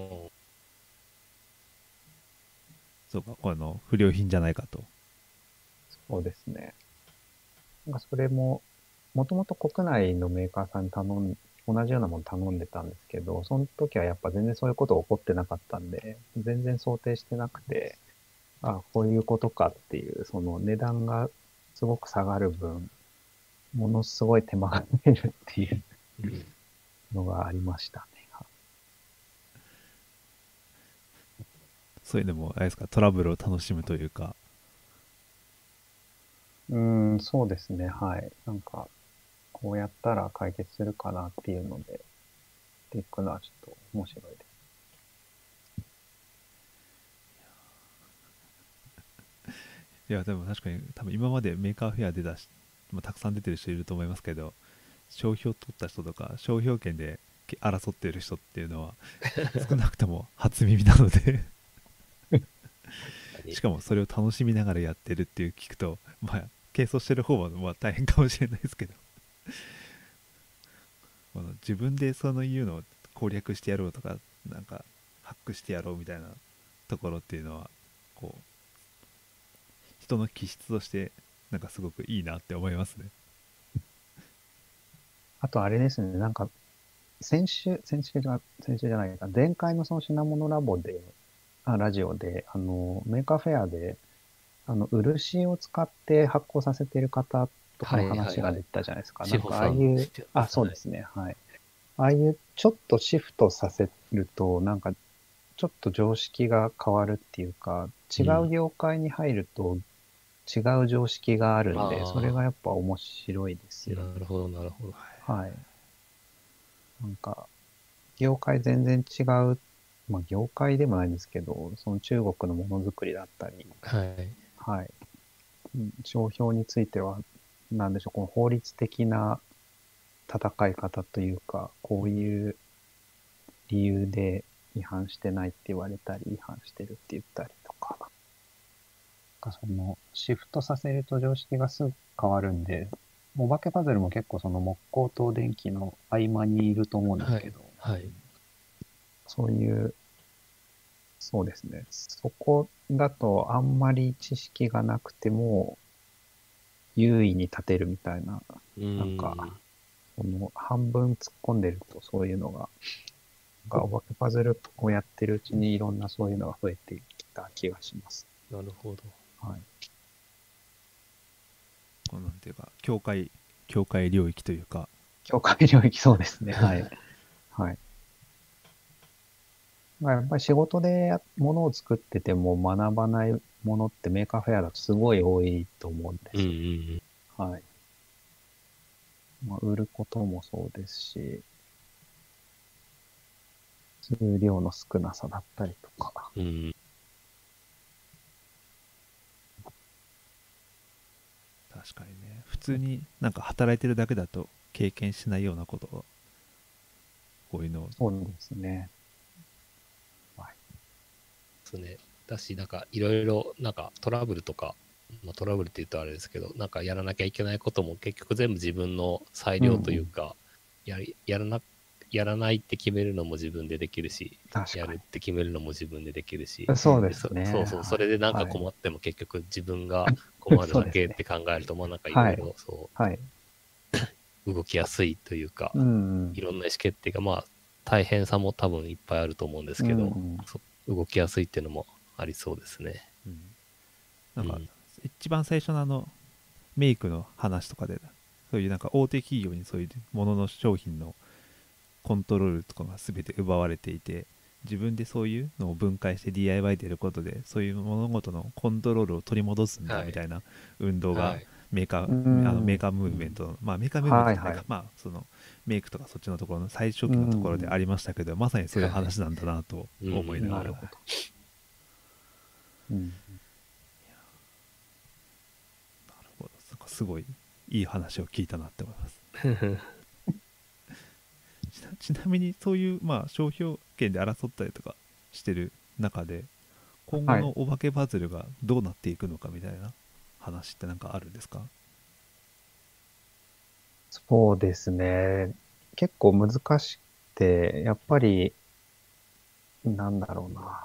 そうか、この不良品じゃないかと。 そうですね。なんかそれも、もともと国内のメーカーさんに頼ん、同じようなもの頼んでたんですけど、その時はやっぱ全然そういうこと起こってなかったんで、全然想定してなくて、あ、こういうことかっていう、その値段がすごく下がる分、ものすごい手間がかけるっていううんのがありましたね。 そういうのも、あれですか、トラブルを楽しむというか。 うーん、そうですね。はい。なんか、こうやったら解決するかなっていうので、っていくのはちょっと面白いです。 いや、でも確かに、多分今までメーカーフェアで出し、まあ、たくさん出てる人いると思いますけど、商標取った人とか、商標権でけ争っている人っていうのは、少なくとも初耳なのでしかもそれを楽しみながらやってるっていう聞くと、まあ、軽装してる方はまあ大変かもしれないですけど、この自分でそのいうのを攻略してやろうとか、なんかハックしてやろうみたいなところっていうのは、こう、人の気質としてなんかすごくいいなって思いますね。 あとあれですね、なんか、先週、先週じゃ、先週じゃないか、前回のその品物ラボで、あ、ラジオで、あの、メーカーフェアで、あの、漆を使って発酵させている方とかのはいはいはい。 話が出てたじゃないですか。なんか、あ志保さんあいう知って、 あ、 ます。はい。 そうですね、はい。ああいうちょっとシフトさせると、なんか、ちょっと常識が変わるっていうか、違う業界に入ると違う常識があるんで、それあがやっぱ面白いですあ、 よね。 なるほどなるほど。 はい。なんか、業界全然違う、まあ業界でもないんですけど、その中国のものづくりだったり、 はい。 はい。うん商標については、なんでしょう、この法律的な戦い方というか、こういう理由で違反してないって言われたり、違反してるって言ったりとか、なんかその、シフトさせると常識がすぐ変わるんで、お化けパズルも結構その木工と電気の合間にいると思うんですはい。 けど、 はい。 そういうそうですね。そこだとあんまり知識がなくても優位に立てるみたいな、 うーん。 なんかその半分突っ込んでるとそういうのが、なんかお化けパズルをやってるうちにいろんなそういうのが増えてきた気がします。 なるほど。 はい。 こうなんていうか境界境界領域というか、 境界領域そうですね。はい。はい。まあやっぱり仕事でや物を作ってても学ばないものってメーカーフェアだとすごい多いと思うんでうんうすんよ。はい。まあ、売ることもそうですし、数量の少なさだったりとか。 うん。うん。 確かにね、普通になんか働いてるだけだと経験しないようなことを、こういうのを、 そうですね。 そうね。だし、なんかいろいろ、なんかトラブルとか、まあ、トラブルって言うとあれですけど、なんかやらなきゃいけないことも結局全部自分の裁量というか、やりやらな、やらないって決めるのも自分でできるし、 確かに。 やるって決めるのも自分でできるし、 そうですね。 そそうそう、それでなんかはい困っても結局自分が困るだけって考えると、まあなんかいろいろそはい。 う動きやすいというか、 うんうんいろんな意思決定がまあ大変さも多分いっぱいあると思うんですけど、 うんうんそ動きやすいっていうのもありそうですね。 うんなんかうん一番最初のあのメイクの話とかで、そういうなんか大手企業にそういうものの商品のコントロールとかが全て奪われていて、自分でそういうのを分解して ディーアイワイ でやることでそういう物事のコントロールを取り戻すんだはいみたいな運動がはい。 メーカー、 うんあのメーカームーブメントの、まあメーカームーブメントじゃないか、 はいはいまあそのメイクとかそっちのところの最初期のところでありましたけど、まさにそういう話なんだなと思いながら、 なるほど。うん。 なるほど、なんかすごいいい話を聞いたなって思いますちなちなみにそういう、まあ、商標権で争ったりとかしてる中で今後のお化けパズルがどうなっていくのかみたいな話って何かあるんですか？ そうですね。結構難しくて、やっぱり、なんだろうな。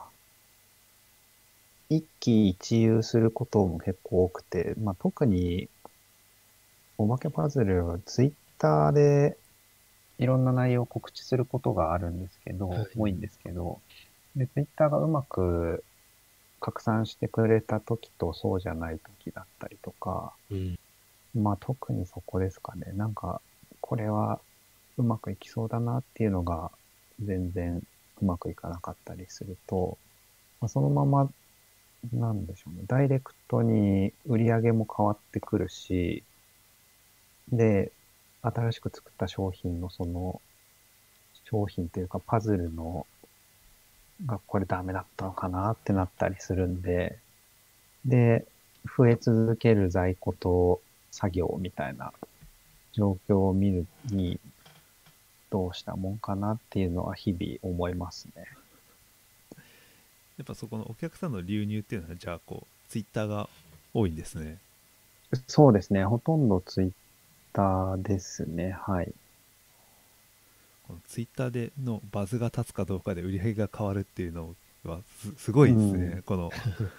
一喜一憂することも結構多くて、まあ、特にお化けパズルはツイッターでいろんな内容を告知することがあるんですけど、 はい多いんですけど、で、ツイッターがうまく拡散してくれた時とそうじゃない時だったりとか、 うんまあ特にそこですかね。なんか、これはうまくいきそうだなっていうのが全然うまくいかなかったりすると、まあ、そのまま、なんでしょうね。ダイレクトに売り上げも変わってくるし、で、新しく作った商品のその、商品というかパズルのがこれダメだったのかなってなったりするんで、で、増え続ける在庫と作業みたいな状況を見るに、どうしたもんかなっていうのは日々思いますね。 やっぱそこのお客さんの流入っていうのはじゃあこうツイッターが多いんですね。 そうですね。ほとんどツイッターですね。はい。 このツイッターでのバズが立つかどうかで売り上げが変わるっていうのは す, すごいですね、 うん、 この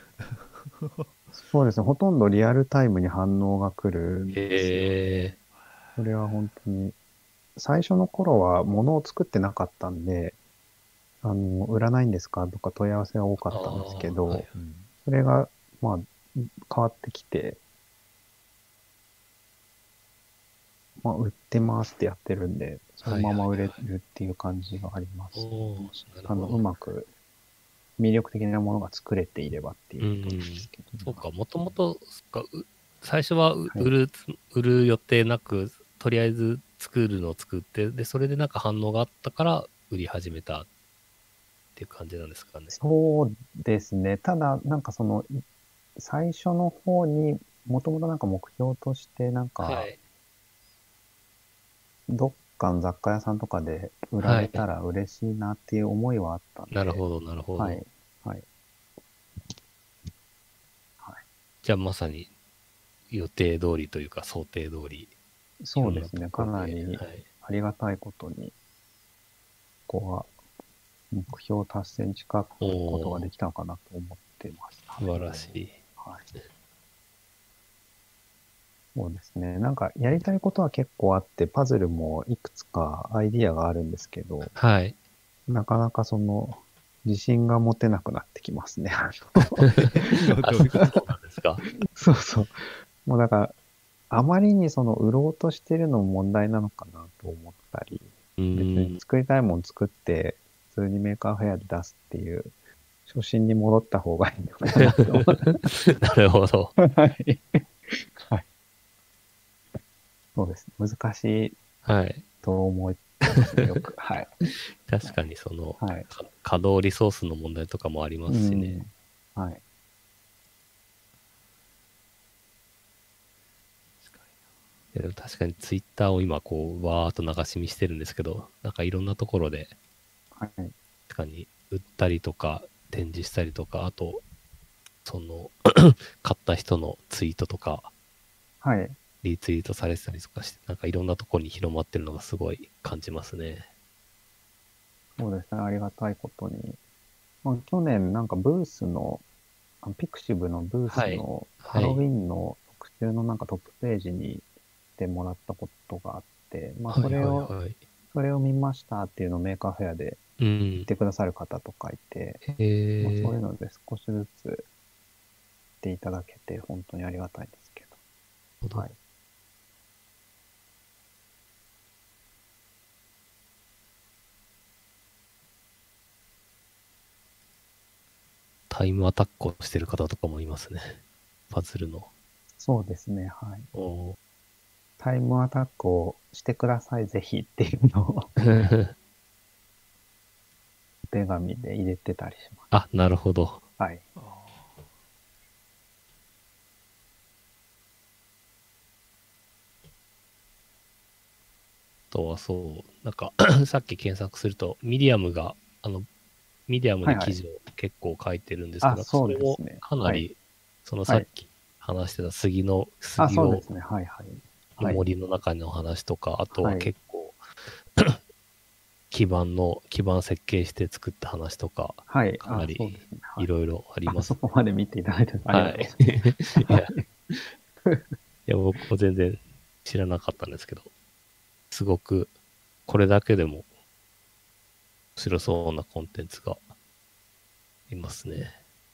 そうですね。ほとんどリアルタイムに反応が来るんですよ。 へえ。 それは本当に、最初の頃は物を作ってなかったんで、あの、売らないんですかとか問い合わせが多かったんですけど、 はいうんそれが、まあ、変わってきて、まあ、売ってますってやってるんで、そのまま売れるっていう感じがあります。 おーなるあの、 ほど。 うまく魅力的なものが作れていればっていうことですけど。 そうか、もともと、そっかう最初はうはい売る、売る予定なく、とりあえず作るのを作って、で、それでなんか反応があったから売り始めたっていう感じなんですかね。 そうですね。ただ、なんかその、い最初の方にもともとなんか目標として、なんか、 はい。 どっかの雑貨屋さんとかで売られたら嬉しいなっていう思いはあったんで。 なるほど、なるほど。 はい。はい。 じゃあまさに予定通りというか想定通り。 そうですね。かいろんなところでなりはい。 ありがたいことに、ここは目標達成に近くことおーができたのかなと思ってます。 素晴らしい。 はい。そうですね。なんかやりたいことは結構あって、パズルもいくつかアイディアがあるんですけど、 はい。 なかなかその、自信が持てなくなってきますね。あどうあ、 どそうういうことなんですか。 そうそう。もうだから、あまりにその売ろうとしてるのも問題なのかなと思ったり、 う別にーん。 作りたいもの作って、普通にメーカーフェアで出すっていう、初心に戻った方がいいのかなと思って。 なるほど。 はい。はい。そうですね。難しいはい。 と思いますね、よく。はい。 確かにその、 はい。 か稼働リソースの問題とかもありますしね。 うん。はい。 いやでも確かにツイッターを今こう、わーっと流し見してるんですけど、なんかいろんなところで、 はい。 確かに売ったりとか、展示したりとか、あと、その、買った人のツイートとか、 はい。 リツイートされてたりとかして、なんかいろんなところに広まってるのがすごい感じますね。 そうですね。ありがたいことに。まあ、去年なんかブースの、あのピクシブのブースはいのハはいロウィンの特集のなんかトップページにしてもらったことがあって、まあはいはいそれを、 はい。 それを見ましたっていうのをメーカーフェアでうん。 言ってくださる方とかいて、 へまあ、そういうー。 ので少しずつ言っていただけて本当にありがたいですけど。はい。 タイムアタックをしてる方とかもいますね。パズルの。 そうですね。はい。 おータイムアタックをしてください、ぜひっていうのをお手紙で入れてたりします。 あ、なるほど。 はい。 あとはそう、なんかさっき検索すると、ミディアムが、あの、ミディアムはいはいに記事を結構書いてるんですけど、 あそうれもですねかなり、 はそのさっき話してた杉の、 あ、 杉をそうですね。はいはい。はい。 の森の中の話とか、あとははい結構、基盤の、基盤設計して作った話とか、 はい。 かなりあそうですね。はいろいろありあますそ。こまで見ていただいてありがとうございます。 い。いや、いや僕も全然知らなかったんですけど、すごく、これだけでも面白そうなコンテンツがいますね。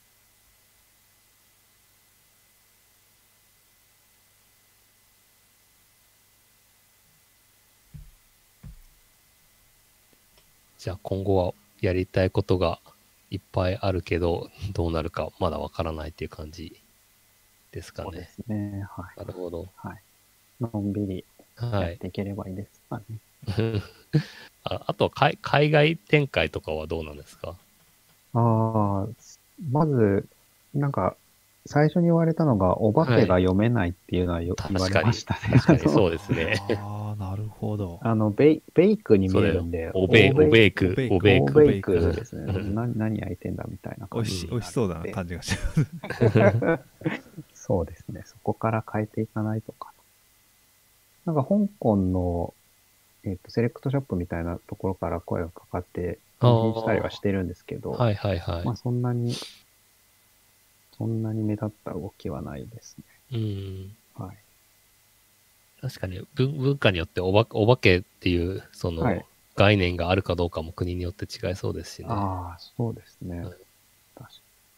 じゃあ今後はやりたいことがいっぱいあるけど、どうなるかまだわからないっていう感じですかね。 そうですね。はなるほど。 い。はい。のんびりはい。 やっていければいいですかね。 ああとは海海外展開とかはどうなんですか？ ああ、まず、なんか、最初に言われたのが、お化けが読めないっていうのはよ、言われ確かに。 ましたね。 確かにあのそうですね。 ああ、なるほど。 あの、ベイ、ベイクに見そうだよえるんで、。 おべ、おべいく、おおべいく。 オーベイクですね。 うんな何焼いてんだみたいな美味しい、 感じになるんで。 美味しそうだな感じがします。 そうですね。そこから変えていかないとか。なんか香港の、えっと、セレクトショップみたいなところから声がかかって、展示したりはしてるんですけど、 はいはいはい。 まあそんなに、そんなに目立った動きはないですね。 うん。 はい。 確かに文文化によっておばお化けっていうその、 はい概念があるかどうかも国によって違いそうですしね。 ああ、そうですね。 はい確か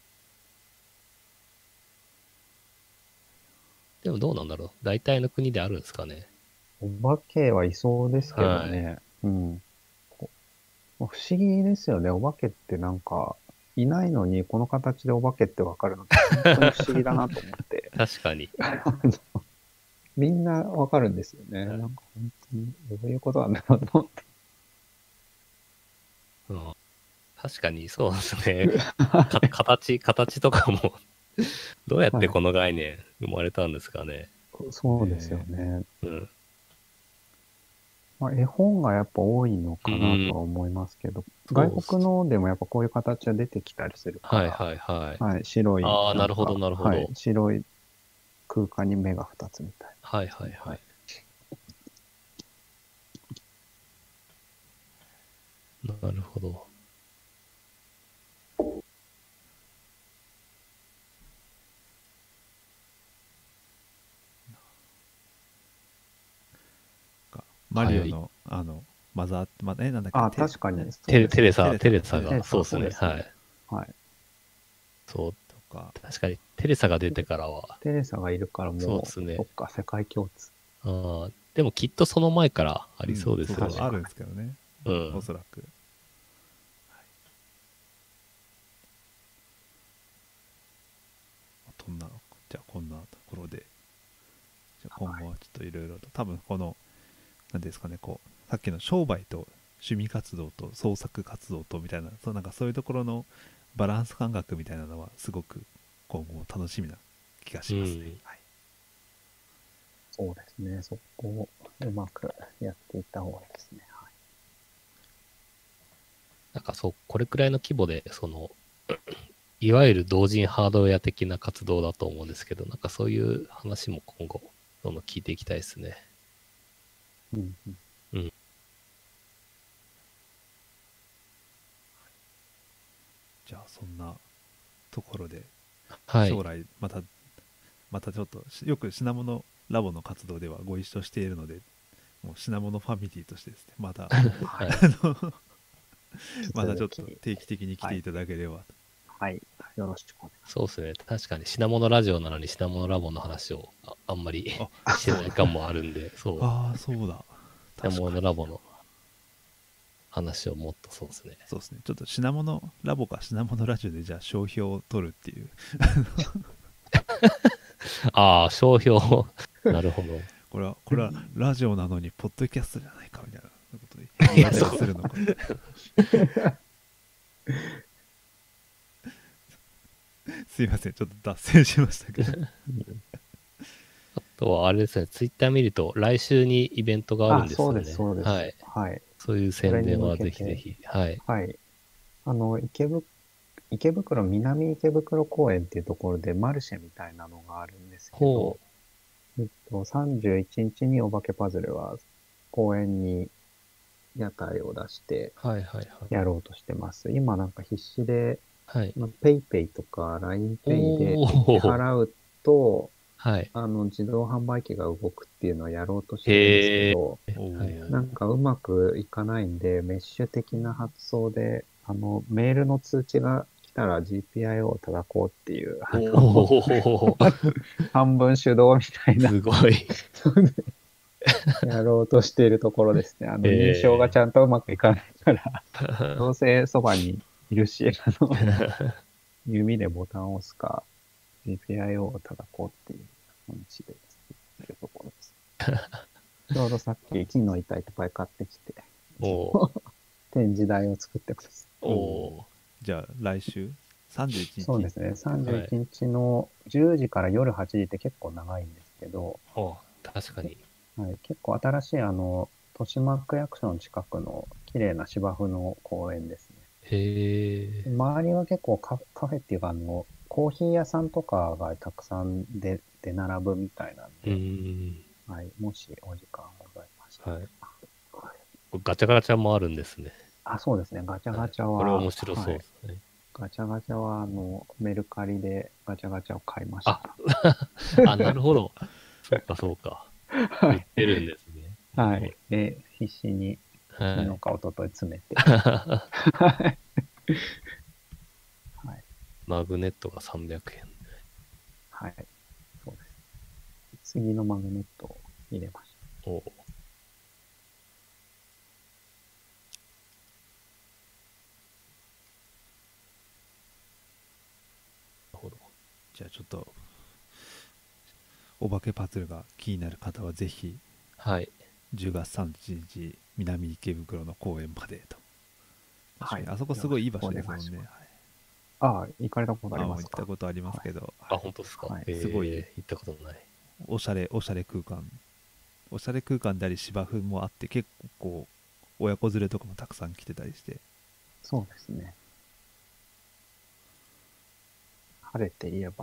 でもどうなんだろう。大体の国であるんですかね。 に。お化けはいそうですけどね。うん。こ不思議ですよね。お化けってなんか、いないのにこの形でお化けってわかるのって本当に不思議だなと思って。 確かに。 みんなわかるんですよね。 はいなんか本当にどういうことなんだろうと思って。 うん、確かにそうですね。か形、形とかもどうやってこの概念生まれたんですかね。 そうですよね。 うん。 まあ、絵本がやっぱ多いのかなとは思いますけど、 うん外国のでもやっぱこういう形が出てきたりするかはいら、 はいはい。 はい、白い。んかあーなるほどなるほどはい、白い空間に目が二つみたいはいはいはい。なるほど。 マリオの、あの、マザー、ま、え、なんだっけ、 あ、 テ確かに。 テレテレサ、 テレサテレサが、 テレサそうですね。 そうですねはい。 はい。 そう、 とか、 確かにテレサが出てからは、 テレサがいるからそうもう、 ですねそっか、世界共通。 あーでもきっとその前からありそうですよね。 んそうそう、あるんですけどね、 うんおそらく。そんな、じゃあこんなところで、じゃあ今後はちょっといろいろと、多分この、なんですかね、こう、さっきの商売と趣味活動と創作活動とみたいな、そうなんかそういうところのバランス感覚みたいなのは、すごく今後楽しみな気がしますね。 うんはい、 そうですね。そこをうまくやっていった方がいいですね。はい。 なんかそう、これくらいの規模で、その、いわゆる同人ハードウェア的な活動だと思うんですけど、なんかそういう話も今後、どんどん聞いていきたいですね。 うんうんうん。 じゃあそんなところで、 はい。 将来また、またちょっと、よく品物ラボの活動ではご一緒しているので、もう品物ファミリーとしてですね、また、 はい。 はい。 あのまたちょっと引き続き定期的に来ていただければと。 はい。よろしくお願いしそうですね。確かに品物ラジオなのに品物ラボの話をああんまりあしてない感もあるんで、そう。 ああ、そうだ。 品物確かにラボの話をもっとそうですね。 そうですね。ちょっと品物ラボか品物ラジオでじゃあ商標を取るっていう。 ああ、商標。なるほど。 これは、これはラジオなのにポッドキャストじゃないかみたいなことで言われたりするのか。すいません。ちょっと脱線しましたけど。 あとはあれですね、ツイッター見ると来週にイベントがあるんですよね。 あ、そうです、そうです。 はい。 はい。 そういう宣伝はそれに向けてぜひぜひ。はい。 はい。あの、池ぶ、池袋、南池袋公園っていうところでマルシェみたいなのがあるんですけどほ、 えっと、さんじゅういちにちにお化けパズルは公園に屋台を出してう。はいはいはい。 やろうとしてます。今なんか必死で、 はい。 まあ、ペイペイとか ライン ペイでお支ー。 払うと、 はい。 あの、自動販売機が動くっていうのをやろうとしてるんですけど、 おはいはいーなんかうまくいかないんで、メッシュ的な発想で、あの、メールの通知が来たら ジーピーアイオー を叩こうっていう、あの、 おー。 半分手動みたいな、 すごい。 やろうとしているところですね。あの、 えー認証がちゃんとうまくいかないから、どうせそばにいるし、あの、指でボタンを押すか、ジーピーアイオー を叩こうっていう話でやってるところです。ちょうどさっき木の板いっぱい買ってきて、 おー。 展示台を作ってます。 おー。 じゃあ来週さんじゅういちにち。 そうですね。さんじゅういちにちのじゅうじから夜はちじって結構長いんですけど、 おー確かに。 はい、結構新しいあの、豊島区役所の近くの綺麗な芝生の公園ですね。 へえ。 周りは結構カフカフェっていうかあの、コーヒー屋さんとかがたくさんで出並ぶみたいなんうで、 ーん。 はい、もしお時間ございましたら。 はい。 はいガチャガチャもあるんですね。 あ、そうですね。ガチャガチャは、 これ面白そうはいですね。 ガチャガチャは、あの、メルカリでガチャガチャを買いました。 あ、なるほど。そうかそうか。売ってるんですね。 はい。で、必死に、 はい昨日。か一昨日詰めて。はい。 マグネットがさんびゃくえん。 はい。そうです。次のマグネットを入れましおうなるほど。 じゃあちょっと、お化けパズルが気になる方はぜひ、 はい。 じゅうがつさんじゅういちにち、南池袋の公園までと。 た。 確かに、あそこすごいいい場所ですもんね。 よろしくお願いしはいああ、行かれたことありあ、もますか？ う行ったことありますけど、 あ、本当ですか。 はいえーすごい行ったことない。 おしゃれ、おしゃれ空間。おしゃれ空間であり芝生もあって、結構こう、親子連れとかもたくさん来てたりして、 そうですね。晴れていれば。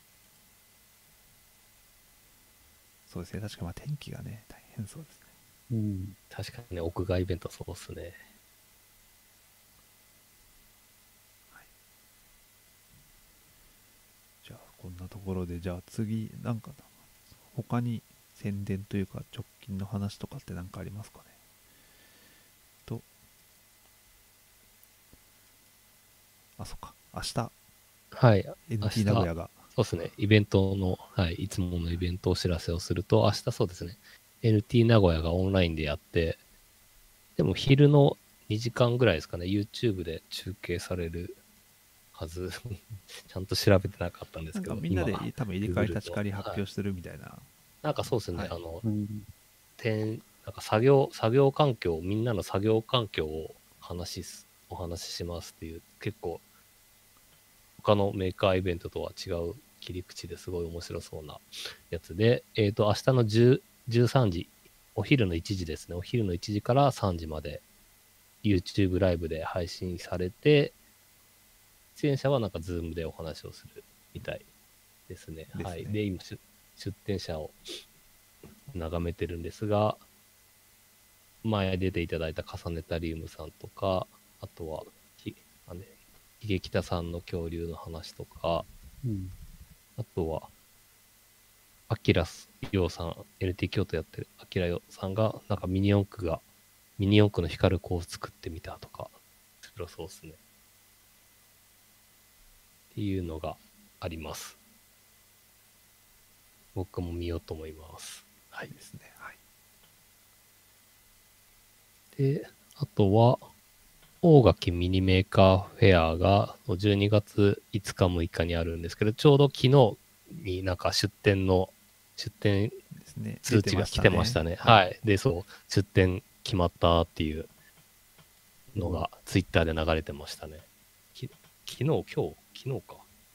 そうですね、確かまあ天気がね、大変そうですね。 うん。 確かにね、屋外イベントそうっすね。 じゃあ、こんなところで、じゃあ次、なんかな、他に宣伝というか、直近の話とかって何かありますかね。と、あ、そっか。明日、 はい。明エヌティー日、 名古屋が。 そうですね。イベントの、はい。いつものイベントお知らせをすると、明日そうですね。エヌティー 名古屋がオンラインでやって、でも昼のにじかんぐらいですかね。YouTube で中継されるはず。ちゃんと調べてなかったんですけど、 なんかみんなで今多分入れ替わり Google と立ち替わり発はい表するみたいな。 なんかそうですね。 はいあの、 うん。 点、なんか作業、作業環境、みんなの作業環境を話す、お話ししますっていう、結構、他のメーカーイベントとは違う切り口ですごい面白そうなやつで、えっ、と、明日のじゅう、じゅうさんじ、お昼のいちじですね。お昼のいちじからさんじまで YouTube ライブで配信されて、出演者はなんか Zoom でお話をするみたいですね。 ですねはい。で、今出、出展者を眺めてるんですが、前出ていただいたカサネタリウムさんとか、あとは、ひ、あね、ヒゲキタさんの恐竜の話とか、 うん。 あとは、アキラスヨウさん、エヌティー 京都やってるアキラヨウさんが、なんかミニ四駆が、ミニ四駆の光る子を作ってみたとか、面白そうですね。っていうのがあります。僕も見ようと思います。はい。 ですね。はい。 で、あとは、大垣ミニメーカーフェアがじゅうにがついつかむいかにあるんですけど、ちょうど昨日になんか出店の、出店ですね。 通知が来てましたね。はい。で、そう、出店決まったっていうのがツイッターで流れてましたね。き昨日、今日、昨日か。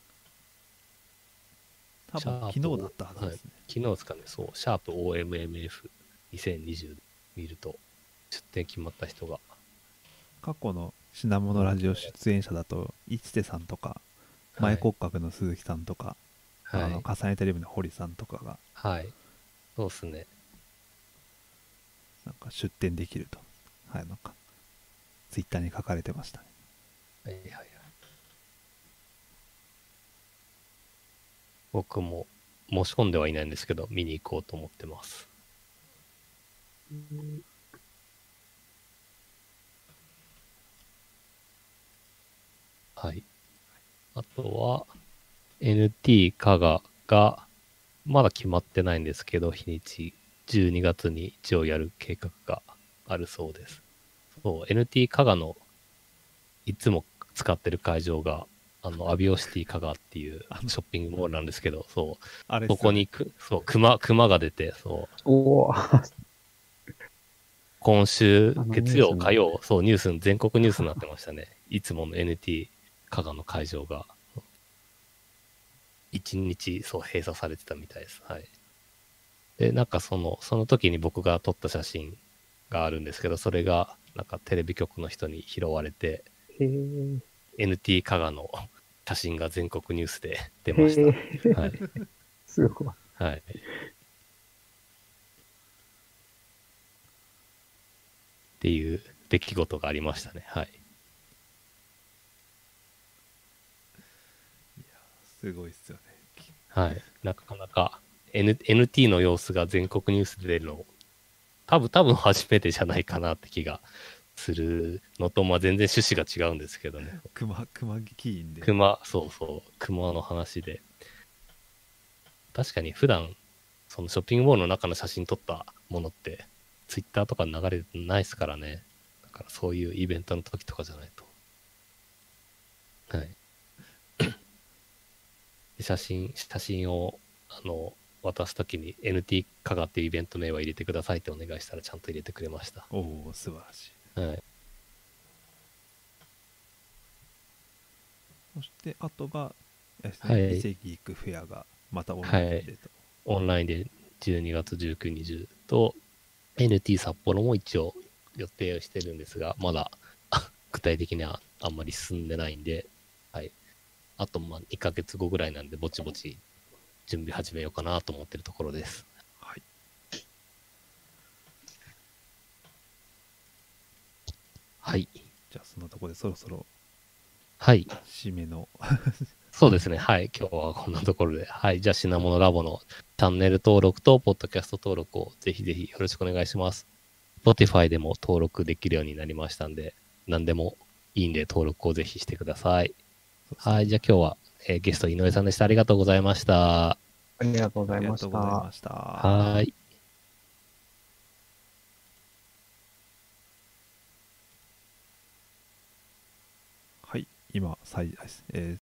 多分昨日だったはずですね。 はい、昨日ですかね、そう、シャープ オーエムエムエフにせんにじゅう 見ると、出展決まった人が。 過去の品物ラジオ出演者だと、一手さんとか、前骨格の鈴木さんとか、 はい、 あの重ねテレビの堀さんとかが、 はい。そうですね。 なんか出展できると、はい、なんか、ツイッターに書かれてましたね。 はいはいはい。僕も申し込んではいないんですけど、見に行こうと思ってます。はい。あとは、エヌティー 加賀が、まだ決まってないんですけど、日にち、じゅうにがつに一応やる計画があるそうです。そう、エヌティー 加賀の、いつも使ってる会場が、あの、アビオシティ加賀っていうショッピングモールなんですけど、そう、 あれそこにく、そう、熊、熊が出て、そう、 おお、 今週あの、 月曜、 ニュースの火曜、そう、ニュース、全国ニュースになってましたね。いつもの エヌティー 加賀の会場が、一日、そう、閉鎖されてたみたいです。はい。で、なんかその、その時に僕が撮った写真があるんですけど、それが、なんかテレビ局の人に拾われて、 へえ、 エヌティー 加賀の写真が全国ニュースで出へました。 え、 はい。 すごい。 はい。っていう出来事がありましたね。はい。 すごいっすよね。 はい。なかなか N、エヌティー の様子が全国ニュースで出るの、多分、多分初めてじゃないかなって気がするのと、まあ全然趣旨が違うんですけどね。 熊、熊議員で。 熊、そうそう、熊の話で。確かに普段、そのショッピングモールの中の写真撮ったものって、ツイッターとかに流れてないですからね。だからそういうイベントの時とかじゃないと。はい。で写真、写真を、あの、渡すときに エヌティー 加賀っていうイベント名は入れてくださいってお願いしたらちゃんと入れてくれました。 おお、素晴らしい。 はい。 そしてあとが、えですね、 はい伊勢ギークフェアがまたオンラインでと、 オンラインでじゅうにがつじゅうく、にじゅうと エヌティー 札幌も一応予定をしてるんですが、まだ具体的にはあんまり進んでないんで、はい。あとまあにかげつごぐらいなんでぼちぼち準備始めようかなと思ってるところです。 はい。 はい。 じゃあそんなところでそろそろはい。 締めのそうですね。はい。今日はこんなところで。はい。じゃあ、品物ラボのチャンネル登録と、ポッドキャスト登録をぜひぜひよろしくお願いします。Spotify でも登録できるようになりましたんで、何でもいいんで登録をぜひしてください。はい。じゃあ今日は、えーゲスト井上さんでした。ありがとうございました。 ありがとうごありがざいましとうございまた。 した。 はーい。 はい、今、再、えー